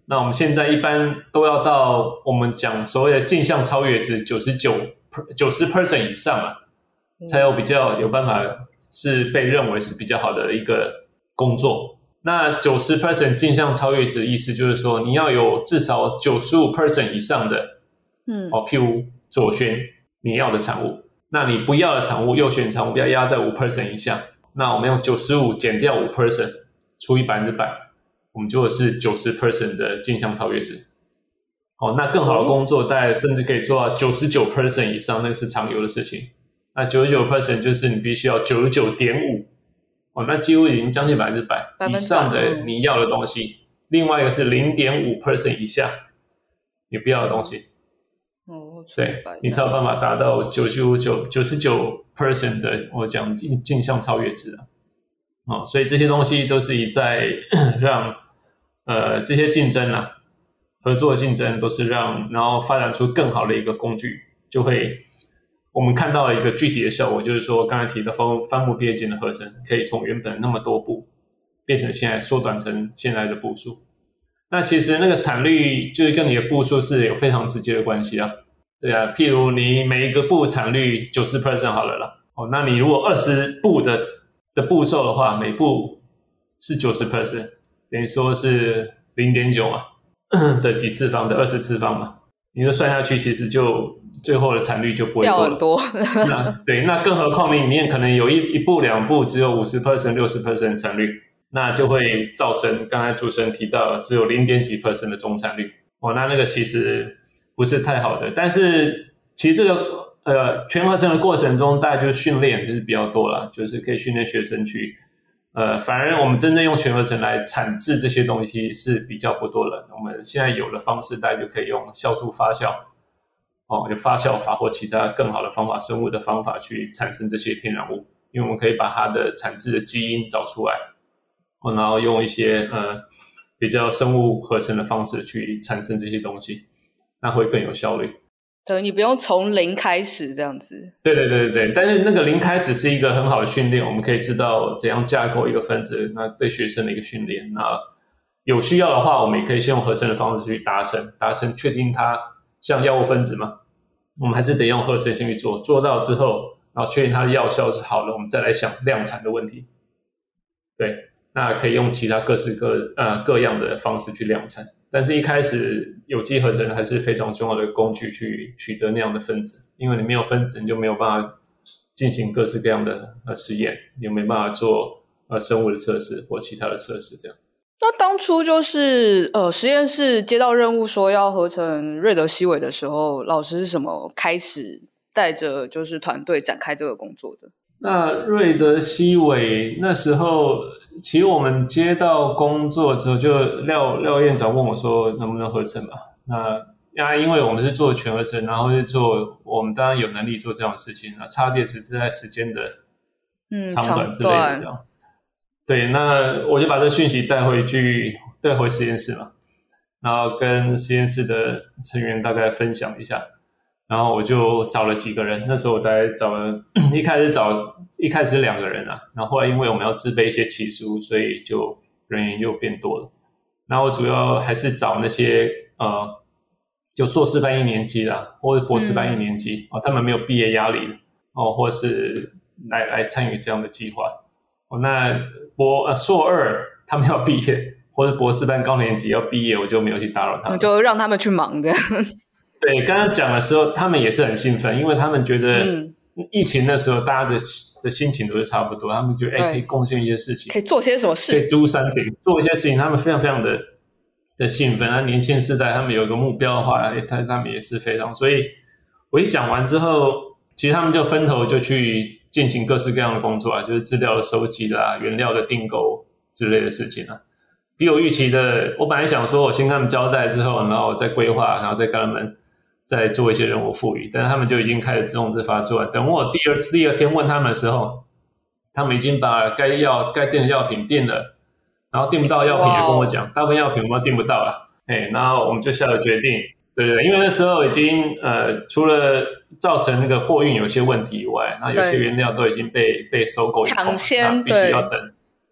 那我们现在一般都要到我们讲所谓的镜像超越值九十九 九十 percent 以上啊，才有比较有办法是被认为是比较好的一个工作。那 九十 percent 镜像超越值的意思就是说，你要有至少 百分之九十五 以上的，嗯，哦，譬如左旋你要的产物，那你不要的产物，右旋产物要压在 百分之五 以下。那我们用九十五减掉 百分之五 除以百分之百，我们就会是 百分之九十 的镜像超越值。哦，那更好的工作大概甚至可以做到 百分之九十九 以上，那个是常有的事情。那 百分之九十九 就是你必须要 九十九点五， 哦，那几乎已经将近百分之百以上的你要的东西。另外一个是 零点五 以下你不要的东西。哦，对，你才有办法达到九十九 九十九 的我讲镜像超越值啊。哦，所以这些东西都是在让呃这些竞争啊，合作竞争都是让然后发展出更好的一个工具，就会我们看到一个具体的效果，就是说刚才提到帆布毕业间的合成，可以从原本那么多步变成现在缩短成现在的步数。那其实那个产率就是跟你的步数是有非常直接的关系啊。对啊，譬如你每一个步产率 百分之九十 好了啦，哦，那你如果二十步的的步骤的话，每步是 百分之九十， 等于说是 零点九 嘛的几次方的二十次方嘛，你就算下去其实就最后的产率就不会多了，掉很多那对，那更何况你里面可能有一一步两步只有 百分之五十 六十 的产率，那就会造成刚才主持人提到只有 零点几 的总产率。哦，那那个其实不是太好的。但是其实这个呃全合成的过程中，大概就是训练就是比较多啦，就是可以训练学生去呃，反而我们真正用全合成来产制这些东西是比较不多的。我们现在有的方式，大家就可以用酵素发酵，哦，有发酵法或其他更好的方法，生物的方法去产生这些天然物，因为我们可以把它的产制的基因找出来，哦，然后用一些呃比较生物合成的方式去产生这些东西，那会更有效率。 对，你不用从零开始这样子。 对对对对，但是那个零开始是一个很好的训练，我们可以知道怎样架构一个分子，那对学生的一个训练。那有需要的话，我们也可以先用合成的方式去达成，达成确定它像药物分子嘛，我们还是得用合成先去做，做到之后，然后确定它的药效是好的，我们再来想量产的问题。对，那可以用其他各式各呃各样的方式去量产。但是一开始有机合成还是非常重要的工具去取得那样的分子，因为你没有分子，你就没有办法进行各式各样的呃实验，你没办法做呃生物的测试或其他的测试这样。 那当初就是呃实验室接到任务说要合成瑞德西韦的时候，老师是什么开始带着就是团队展开这个工作的？ 那瑞德西韦那时候，其实我们接到工作之后，就廖廖院长问我说能不能合成嘛？那那因为我们是做全合成，然后是做我们当然有能力做这样的事情，那差别只是在时间的长短之类的这样。嗯、对，那我就把这讯息带回去，带回实验室嘛，然后跟实验室的成员大概分享一下。然后我就找了几个人，那时候我大概找了，一开始找一开始是两个人啊，然后后来因为我们要自备一些期书，所以就人员又变多了。然后我主要还是找那些呃，就硕士班一年级啦，或者博士班一年级、嗯哦、他们没有毕业压力哦，或是来来参与这样的计划。哦，那博呃硕二他们要毕业，或者博士班高年级要毕业，我就没有去打扰他们， 就让他们去忙这样。 对，刚刚讲的时候，他们也是很兴奋，因为他们觉得疫情的时候，大家的的心情都是差不多，他们觉得哎，可以贡献一些事情， 可以做些什么事， 可以 do something， 做一些事情，他们非常非常的的兴奋。那年轻世代，他们有一个目标的话，哎，他他们也是非常。所以我一讲完之后，其实他们就分头就去进行各式各样的工作啊，就是资料的收集啦、原料的订购之类的事情啊。比我预期的，我本来想说，我先跟他们交代之后，然后再规划，然后再跟他们。再做一些任务赋予，但是他们就已经开始自动自发做了。等我第二次第二天问他们的时候，他们已经把该药该订的药品订了，然后订不到药品也跟我讲， wow. 大部分药品我们订不到了，哎，然后我们就下了决定，对对，因为那时候已经呃，除了造成那个货运有些问题以外，那有些原料都已经被被收购以后， 抢先必须要等，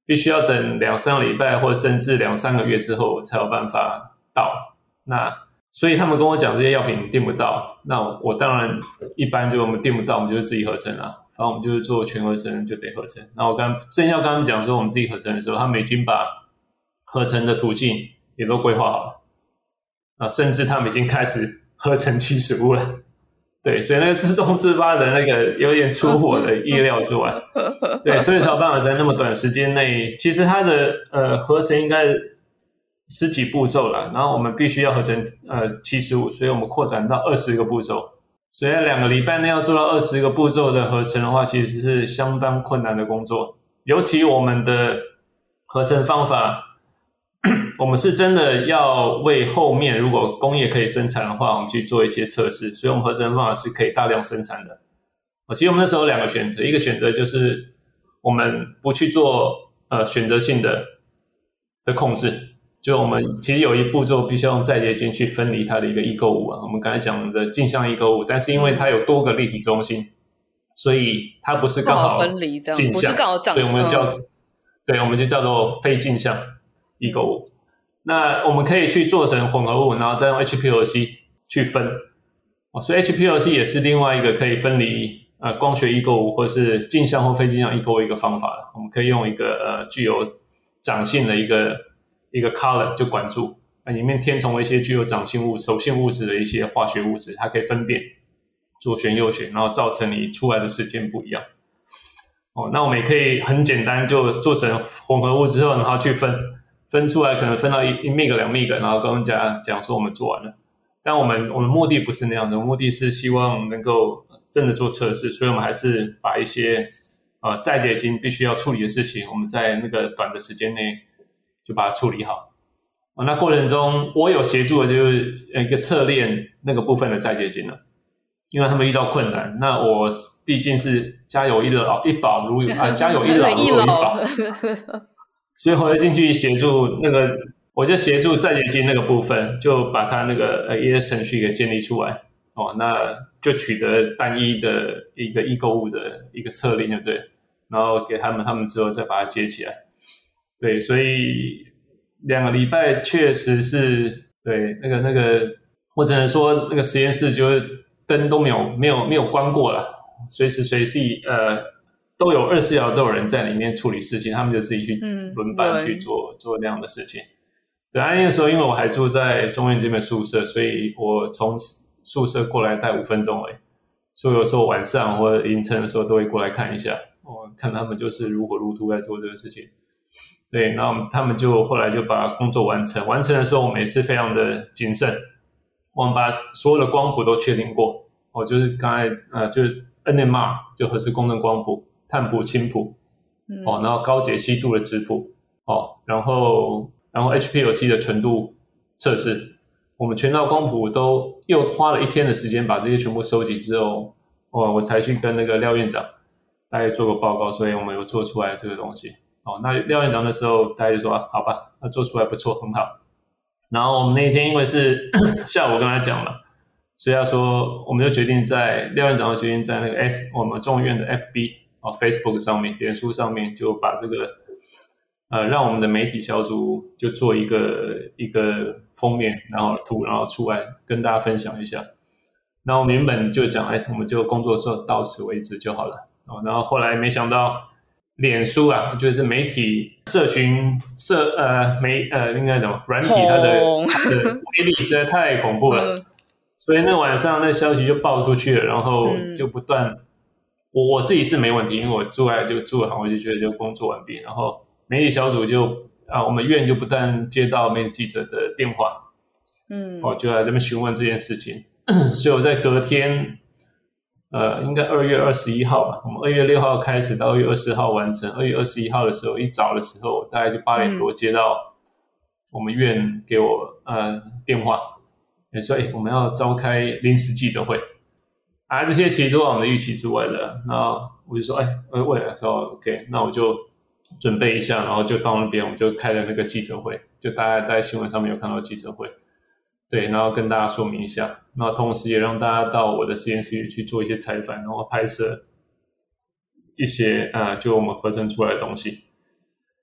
必须要等两三个礼拜或甚至两三个月之后才有办法到。那所以他们跟我讲这些药品订不到，那我当然一般就我们订不到，我们就是自己合成啊，然后我们就是做全合成就得合成。然后我刚正要跟他们讲说我们自己合成的时候，他们已经把合成的途径也都规划好了啊，甚至他们已经开始合成七十五了。对，所以那个自动自发的那个有点出乎我的意料之外。对，所以才有办法在那么短时间内，其实它的呃合成应该十几步骤啦，然后我们必须要合成呃七十五，所以我们扩展到二十个步骤。所以两个礼拜内要做到二十个步骤的合成的话，其实是相当困难的工作。尤其我们的合成方法，我们是真的要为后面如果工业可以生产的话，我们去做一些测试，所以我们合成方法是可以大量生产的。其实我们那时候有两个选择，一个选择就是我们不去做呃选择性的的控制，就我们其实有一步骤必须要用再结晶去分离它的一个异构物啊，我们刚才讲的镜像异构物，但是因为它有多个立体中心，所以它不是刚好分离这样， 镜像， 不是刚好长， 所以我们叫、嗯、对，我们就叫做非镜像异构物。嗯、那我们可以去做成混合物，然后再用 H P L C 去分，哦、所以 H P L C 也是另外一个可以分离呃光学异构物或是镜像或非镜像异构物一个方法。我们可以用一个呃具有长性的一个一个 column 就管住，那里面填充一些具有长性物、手性物质的一些化学物质，它可以分辨左旋右旋，然后造成你出来的时间不一样。哦，那我们也可以很简单就做成混合物之后，然后去分分出来，可能分到一一 mg 两 mg， 然后跟人家讲说我们做完了。但我们我们目的不是那样的，目的是希望能够真的做测试，所以我们还是把一些呃再结晶必须要处理的事情，我们在那个短的时间内就把它处理好。哦、那过程中我有协助的就是一个测炼那个部分的再结晶了，因为他们遇到困难，那我毕竟是家有一老一宝如有啊，家有一老如有一宝，所以我就进去协助那个，我就协助再结晶那个部分，就把它那个呃 E S 程序给建立出来。哦，那就取得单一的一个异构物的一个测炼，就对，然后给他们，他们之后再把它接起来。对，所以两个礼拜确实是对那个那个，我只能说那个实验室就是灯都没有没有没有关过了，随时随地呃都有二十四小时都有人在里面处理事情，他们就自己去轮班去做、嗯、做那样的事情。对，那个时候因为我还住在中院这边宿舍，所以我从宿舍过来大概五分钟而已，所以有时候晚上或者凌晨的时候都会过来看一下，我看他们就是如火如荼在做这个事情。对，然后他们就后来就把工作完成，完成的时候我们也是非常的谨慎，我们把所有的光谱都确定过，哦，就是刚才呃就是 N M R 就核磁共振光谱、碳谱、氢谱，哦，然后高解析度的质谱，哦，然后然后 H P L C 的纯度测试，我们全套光谱都又花了一天的时间把这些全部收集之后，哦，我才去跟那个廖院长大概做个报告，所以我们有做出来这个东西。哦，那廖院长的时候，大家就说、啊、好吧，那做出来不错，很好。然后我们那一天因为是下午跟他讲了，所以他说我们就决定在廖院长就决定在那个 S 我们中院的 F B 哦 Facebook 上面、脸书上面就把这个呃让我们的媒体小组就做一个一个封面，然后图，然后出来跟大家分享一下。然后我们原本就讲，哎，我们就工作做到此为止就好了。哦，然后后来没想到。脸书啊，就是媒体社群社呃媒呃应该怎么软体它的它的威力实在太恐怖了，嗯、所以那晚上那消息就爆出去了，然后就不断、嗯、我我自己是没问题，因为我住来就住了好，我就觉得就工作完毕，然后媒体小组就啊我们院就不但接到媒体记者的电话，嗯，哦就来这边询问这件事情，所以我在隔天。呃，应该二月二十一号吧。我们二月六号开始到二月二十号完成。二月二十一号的时候，一早的时候，大概就八点多接到我们院给我呃电话，也说哎我们要召开临时记者会啊，这些其实都在我们的预期之外的。然后我就说哎，未来说 OK， 那我就准备一下，然后就到那边我们就开了那个记者会，就大家在新闻上面有看到记者会。对，然后跟大家说明一下，然后同时也让大家到我的实验室去做一些采访，然后拍摄一些呃，就我们合成出来的东西。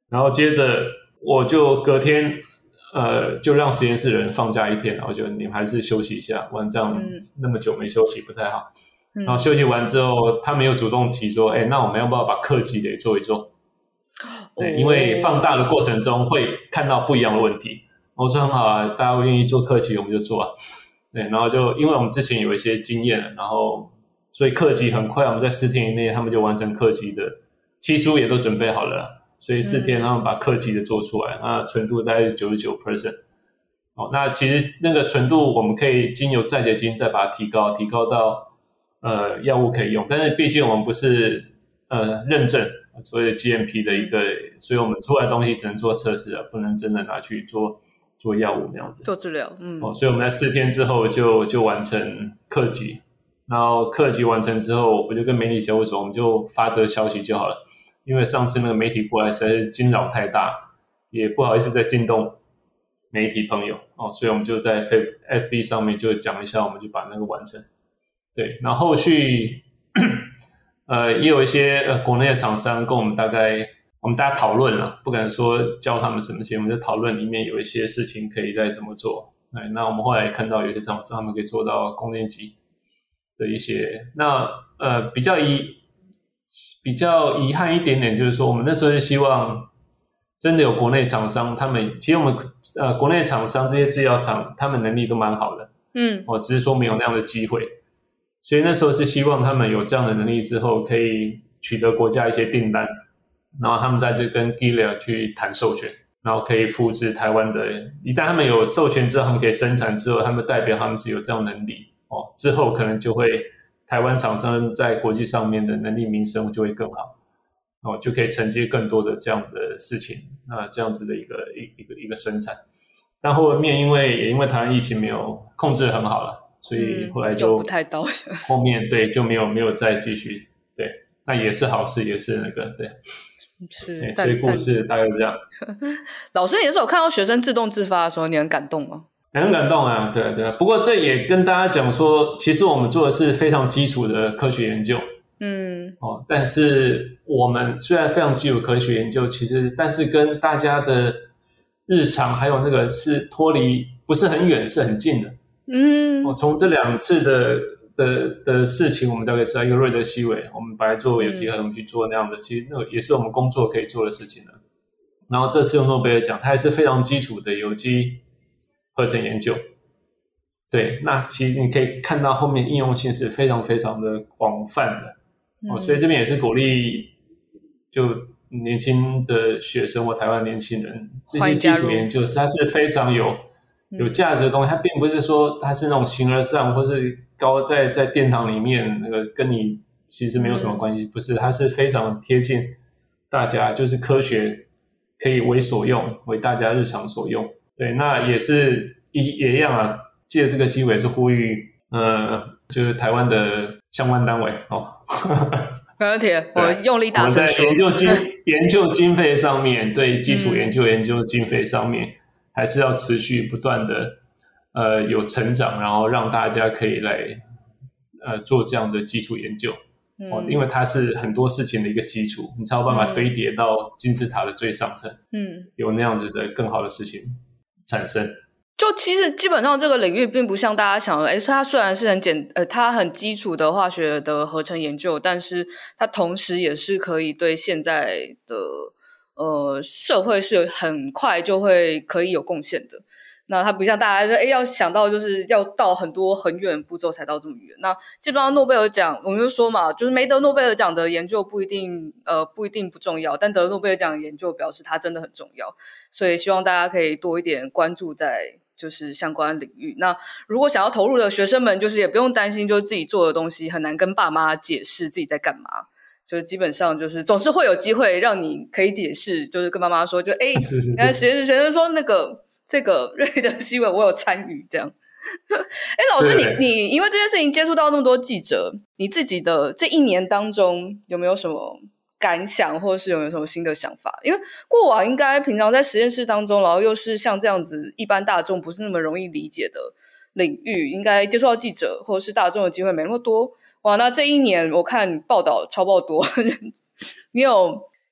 然后接着我就隔天呃就让实验室的人放假一天，然后就你们还是休息一下，不然这样那么久没休息不太好。嗯、然后休息完之后，他们又主动提说，哎，那我们要不要把课级给做一做？对，因为放大的过程中会看到不一样的问题。我说很好啊，大家愿意做课级我们就做啊。对，然后就因为我们之前有一些经验了，然后所以课级很快，我们在四天以内他们就完成课级的，期书也都准备好了啦，所以四天他们把课级的做出来，嗯、那纯度大概是 百分之九十九。哦，那其实那个纯度我们可以经由再结晶再把它提高，提高到呃药物可以用，但是毕竟我们不是呃认证所谓的 G M P 的一个，所以我们出来的东西只能做测试啊，不能真的拿去做做药物那样子做治疗。嗯， 哦，所以我们在四天之后就就完成课级，然后课级完成之后，我就跟媒体交流说，我们就发这个消息就好了，因为上次那个媒体过来实在是惊扰太大，也不好意思再惊动媒体朋友哦，所以我们就在 F B 上面就讲一下，我们就把那个完成。对，然后后续呃也有一些呃国内的厂商跟我们大概我们大家讨论了，不敢说教他们什么事情，我们就讨论里面有一些事情可以再怎么做。对，那我们后来看到有些厂商他们可以做到供电机的一些，那呃比较遗比较遗憾一点点，就是说我们那时候是希望真的有国内厂商，他们其实我们呃国内厂商这些制药厂，他们能力都蛮好的，嗯，哦，只是说没有那样的机会，所以那时候是希望他们有这样的能力之后，可以取得国家一些订单，然后他们在这跟 Gilead 去谈授权，然后可以复制台湾的，一旦他们有授权之后，他们可以生产之后，他们代表他们是有这样能力哦，之后可能就会台湾厂商在国际上面的能力名声就会更好。哦，就可以承接更多的这样的事情，那这样子的一个一个一个生产，但后面因为也因为台湾疫情没有控制很好了，所以后来就不太到， 后面对就没有没有再继续，对，那也是好事，也是那个对， 是， 所以故事大概这样。 老师，你是有看到学生自动自发的时候，你很感动吗？ 很感动啊，对对。不过这也跟大家讲说，其实我们做的是非常基础的科学研究。嗯，哦，但是我们虽然非常基础科学研究，其实但是跟大家的日常还有那个是脱离不是很远，是很近的。嗯，哦，从这两次的的的事情，我们大概知道，一个瑞德西韦，我们本来做有机合，我们去做那样的，其实那也是我们工作可以做的事情了。然后这次用诺贝尔奖，它还是非常基础的有机合成研究。对，那其实你可以看到后面应用性是非常非常的广泛的。哦，所以这边也是鼓励就年轻的学生或台湾年轻人，这些基础研究它是非常有有价值的东西，它并不是说它是那种形而上或是高在在殿堂里面那个跟你其实没有什么关系，不是，它是非常贴近大家，就是科学可以为所用，为大家日常所用。对，那也是也也一样啊，借这个机会是呼吁呃就是台湾的相关单位哦， 没问题，我用力大声说。 我们在研究经研究经费上面，对基础研究、嗯、研究经费上面，还是要持续不断的呃有成长，然后让大家可以来呃做这样的基础研究、嗯哦、因为它是很多事情的一个基础，你才有办法堆叠到金字塔的最上层，嗯，有那样子的更好的事情产生。 就其实基本上这个领域并不像大家想的，诶，它虽然是很简呃，它很基础的化学的合成研究，但是它同时也是可以对现在的呃社会是很快就会可以有贡献的。那它不像大家就诶要想到就是要到很多很远的步骤才到这么远。那基本上诺贝尔奖我们就说嘛，就是没得诺贝尔奖的研究不一定呃不一定不重要，但得诺贝尔奖的研究表示它真的很重要，所以希望大家可以多一点关注在就是相关领域。那如果想要投入的学生们，就是也不用担心，就是自己做的东西很难跟爸妈解释自己在干嘛。就是基本上就是总是会有机会让你可以解释，就是跟妈妈说，就哎，你看学生学生说那个这个瑞德西韦我有参与这样。哎，老师，你你因为这件事情接触到那么多记者，你自己的这一年当中有没有什么感想，或者是有没有什么新的想法？因为过往应该平常在实验室当中，然后又是像这样子一般大众不是那么容易理解的领域，应该接触到记者或者是大众的机会没那么多。哇，那这一年我看报道超爆多，你有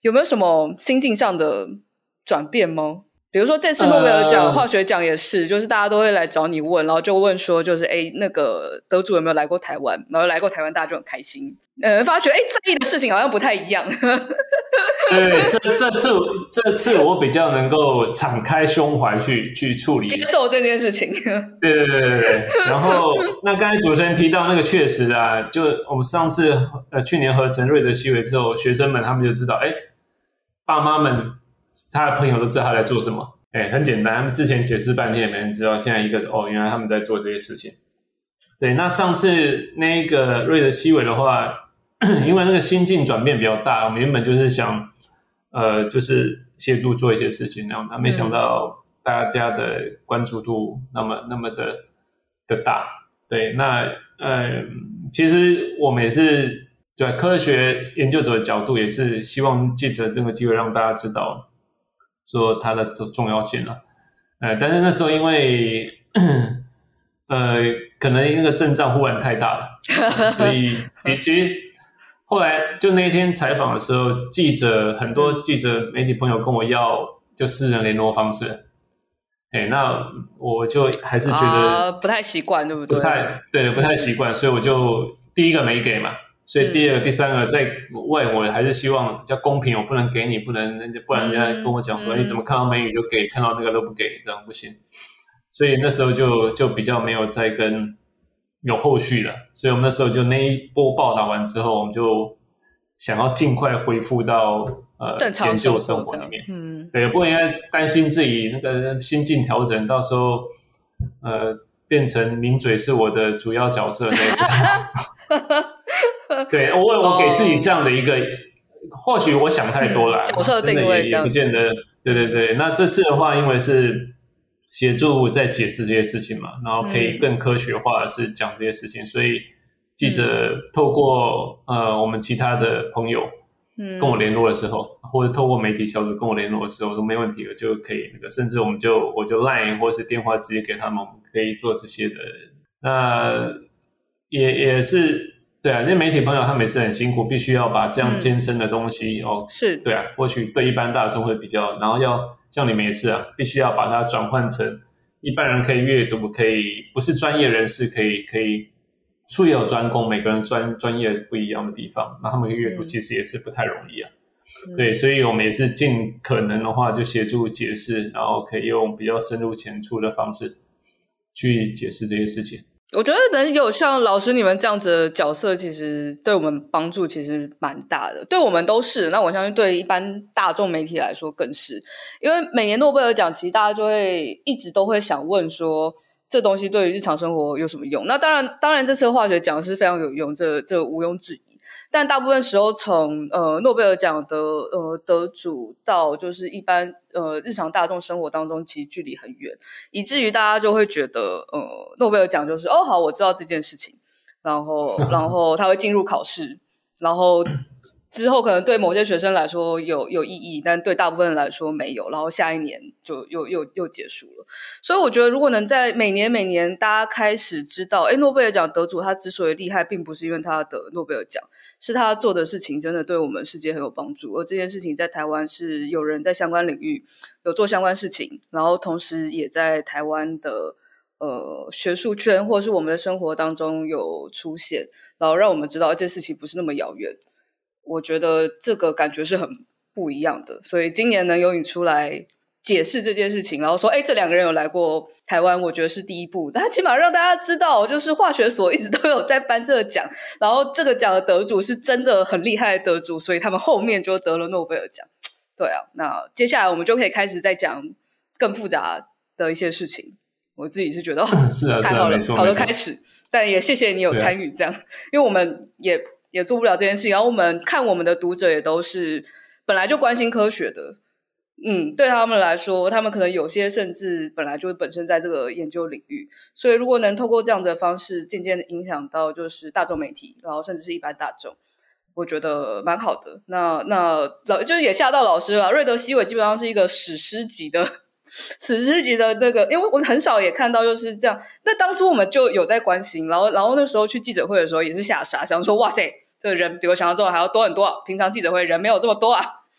有没有什么心境上的转变吗？比如说这次诺贝尔奖、呃、化学奖也是，就是大家都会来找你问，然后就问说就是哎，那个得主有没有来过台湾，然后来过台湾大家就很开心，呃，发觉哎在意的事情好像不太一样。 对，这这次这次我比较能够敞开胸怀去去处理接受这件事情。 对对对对对。然后那刚才主持人提到那个确实啊，就我们上次呃去年合成瑞德西韦之后，学生们他们就知道，哎，爸妈们他的朋友都知道他在做什么。哎，很简单，他们之前解释半天也没人知道，现在一个哦，原来他们在做这些事情。对，那上次那个瑞德西韦的话，因为那个心境转变比较大，我们原本就是想呃，就是协助做一些事情，然后他没想到大家的关注度那么那么的的大。对，那呃，其实我们也是对科学研究者的角度，也是希望借着这个机会让大家知道说它的重要性了。呃，但是那时候因为呃，可能那个阵仗忽然太大了，所以其实后来就那一天采访的时候，记者很多记者媒体朋友跟我要就私人联络方式，哎，那我就还是觉得、 啊、不太习惯，对不对？ 不太对，不太习惯，所以我就第一个没给嘛，所以第二个、嗯、第三个再问，我还是希望比较公平，我不能给你，不能不然人家跟我讲说、嗯、你怎么看到美女就给，看到那个都不给，这样不行。所以那时候就就比较没有再跟有后续了，所以我们那时候就那一波报道完之后，我们就想要尽快恢复到呃研究生活里面。嗯，对，不应该担心自己那个心境调整，到时候呃变成名嘴是我的主要角色那个。对，我我给自己这样的一个，哦、或许我想太多了， 嗯、角色定位也也不见得。对对对，那这次的话，因为是协助在解释这些事情嘛，然后可以更科学化的是讲这些事情，嗯、所以记者透过、嗯、呃我们其他的朋友跟我联络的时候，嗯、或者透过媒体小组跟我联络的时候，我说没问题了，就可以那个，甚至我们就我就 Line 或是电话直接给他们，我们可以做这些的。那也也是对啊，那媒体朋友他们也是很辛苦，必须要把这样艰深的东西、嗯、哦， 是对啊，或许对一般大众会比较，然后要。像你们也是啊，必须要把它转换成一般人可以阅读，可以不是专业人士可以可以术业有专攻，每个人专专业不一样的地方，那他们阅读其实也是不太容易啊。嗯、对，所以我们也是尽可能的话就协助解释，然后可以用比较深入浅出的方式去解释这些事情。 我觉得能有像老师你们这样子的角色，其实对我们帮助其实蛮大的，对我们都是，那我相信对一般大众媒体来说更是，因为每年诺贝尔奖其实大家就会一直都会想问说这东西对于日常生活有什么用，那当然当然这次化学奖是非常有用，这这毋庸置疑，但大部分时候从呃诺贝尔奖的呃得主到就是一般呃日常大众生活当中其实距离很远，以至于大家就会觉得呃诺贝尔奖就是哦好我知道这件事情，然后然后他会进入考试，然后之后可能对某些学生来说有有意义，但对大部分人来说没有，然后下一年就又又又结束了。所以我觉得如果能在每年每年大家开始知道诶诺贝尔奖得主他之所以厉害并不是因为他得诺贝尔奖，是他做的事情真的对我们世界很有帮助，而这件事情在台湾是有人在相关领域有做相关事情，然后同时也在台湾的呃学术圈或是我们的生活当中有出现，然后让我们知道这事情不是那么遥远，我觉得这个感觉是很不一样的。所以今年能由你出来解释这件事情，然后说哎，这两个人有来过台湾，我觉得是第一步，但起码让大家知道就是化学所一直都有在颁这个奖，然后这个奖的得主是真的很厉害的得主，所以他们后面就得了诺贝尔奖。对啊，那接下来我们就可以开始再讲更复杂的一些事情，我自己是觉得是啊， 太好了， 是啊， 好的开始，但也谢谢你有参与这样、啊、因为我们也也做不了这件事情，然后我们看我们的读者也都是本来就关心科学的，嗯，对他们来说他们可能有些甚至本来就本身在这个研究领域，所以如果能透过这样的方式渐渐的影响到就是大众媒体，然后甚至是一般大众，我觉得蛮好的。那那就是也吓到老师了，瑞德西韦基本上是一个史诗级的史诗级的那个，因为我很少也看到就是这样，那当初我们就有在关心，然后然后那时候去记者会的时候也是吓傻，想说哇塞这个人比我想象中还要多很多啊，平常记者会人没有这么多啊，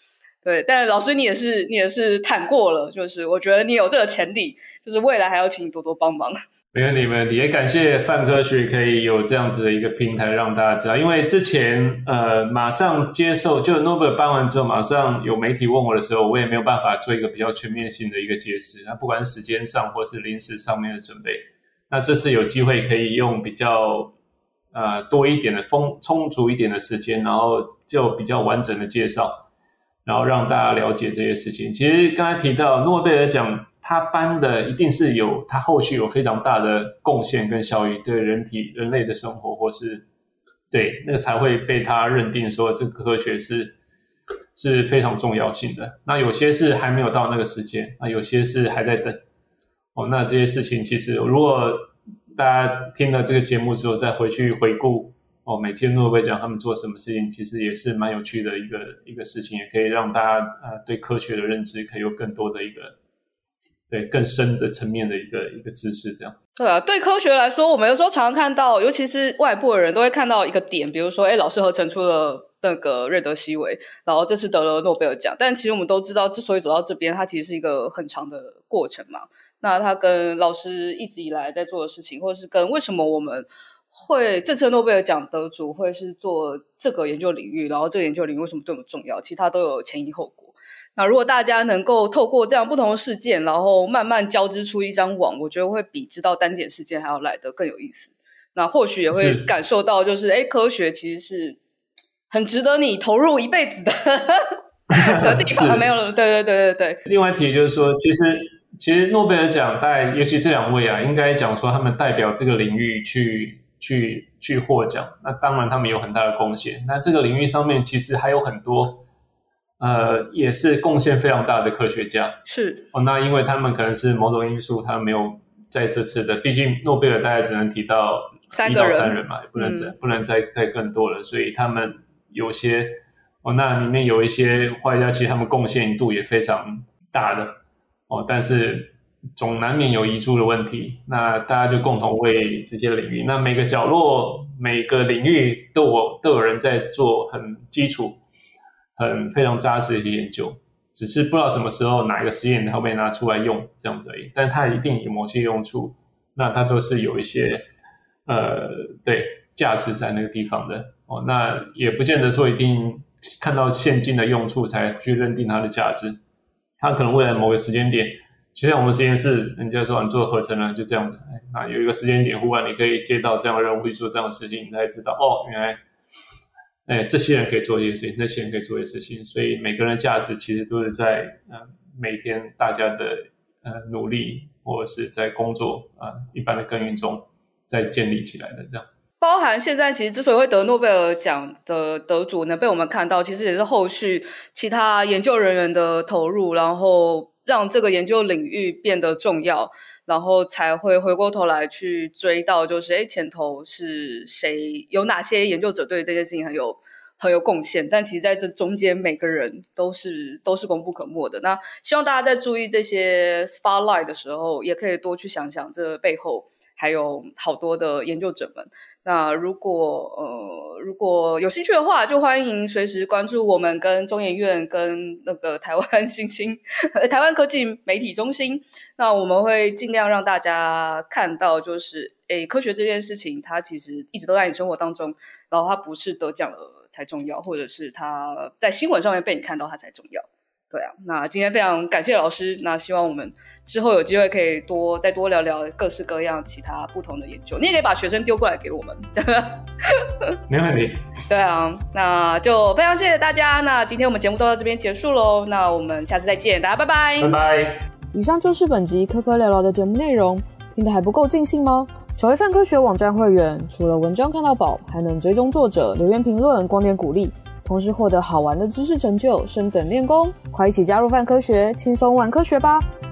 对，但老师你也是你也是谈过了，就是我觉得你有这个潜力，就是未来还要请你多多帮忙。 没问题没问题，也感谢泛科学可以有这样子的一个平台让大家知道，因为之前呃马上接受就诺贝尔颁完之后，马上有媒体问我的时候，我也没有办法做一个比较全面性的一个解释，那不管是时间上或是临时上面的准备，那这次有机会可以用比较呃多一点的丰充足一点的时间，然后就比较完整的介绍，然后让大家了解这些事情。其实刚才提到诺贝尔奖他颁的一定是有他后续有非常大的贡献跟效益，对人体人类的生活或是对那个才会被他认定说这个科学是是非常重要性的。那有些是还没有到那个时间，那有些是还在等哦。那这些事情其实如果大家听了这个节目之后再回去回顾哦，每届诺贝尔奖他们做什么事情，其实也是蛮有趣的一个一个事情，也可以让大家呃对科学的认知可以有更多的一个对更深的层面的一个一个知识，这样。 对啊，对科学来说，我们有时候常常看到，尤其是外部的人都会看到一个点，比如说，哎，老师合成出了那个瑞德西韦，然后这次得了诺贝尔奖。但其实我们都知道，之所以走到这边，它其实是一个很长的过程嘛。那它跟老师一直以来在做的事情，或者是跟为什么我们会这次诺贝尔奖得主会是做这个研究领域，然后这个研究领域为什么对我们重要，其实它都有前因后果。那如果大家能够透过这样不同的事件，然后慢慢交织出一张网，我觉得会比知道单点事件还要来得更有意思。那或许也会感受到，就是哎，科学其实是很值得你投入一辈子的的地方。没有了，对对对对对。 另外一题就是说，其实其实诺贝尔奖带，尤其这两位啊，应该讲说他们代表这个领域去去去获奖。那当然他们有很大的贡献。那这个领域上面其实还有很多。呃，也是贡献非常大的科学家， 是哦。那因为他们可能是某种因素，他没有在这次的，毕竟诺贝尔大概只能提到一到三人嘛，也不能再、嗯、不能再再更多了，所以他们有些哦，那里面有一些化学家，其实他们贡献度也非常大的哦，但是总难免有遗珠的问题。那大家就共同为这些领域，那每个角落、每个领域都有都有人在做很基础。很非常扎实的研究，只是不知道什么时候哪一个实验它会被拿出来用这样子而已，但它一定有某些用处，那它都是有一些呃对价值在那个地方的哦。那也不见得说一定看到现今的用处才去认定它的价值，它可能未来某个时间点，就像我们实验室人家说你做合成了就这样子，那有一个时间点忽然你可以接到这样的任务去做这样的事情，你才知道哦原来哎，这些人可以做一些事情，那些人可以做一些事情，所以每个人的价值其实都是在呃每天大家的呃努力或者是在工作啊、呃、一般的耕耘中在建立起来的这样。 包含现在其实之所以会得诺贝尔奖的得主能被我们看到，其实也是后续其他研究人员的投入，然后让这个研究领域变得重要。然后才会回过头来去追到，就是哎，前头是谁，有哪些研究者对这件事情很有很有贡献，但其实在这中间每个人都是都是功不可没的。那希望大家在注意这些 spotlight 的时候，也可以多去想想这背后还有好多的研究者们。那如果呃如果有兴趣的话，就欢迎随时关注我们跟中研院跟那个台湾新兴台湾科技媒体中心。那我们会尽量让大家看到，就是诶科学这件事情它其实一直都在你生活当中，然后它不是得奖了才重要，或者是它在新闻上面被你看到它才重要。对啊，那今天非常感谢老师，那希望我们之后有机会可以多再多聊聊各式各样其他不同的研究，你也可以把学生丢过来给我们。 没问题。 对啊，那就非常谢谢大家，那今天我们节目都到这边结束咯，那我们下次再见，大家拜拜。 拜拜。 以上就是本集科科聊聊的节目内容，听得还不够尽兴吗？成为泛科学网站会员，除了文章看到饱，还能追踪作者、留言评论、光点鼓励，同时获得好玩的知识成就，升等练功。快一起加入泛科学，轻松玩科学吧！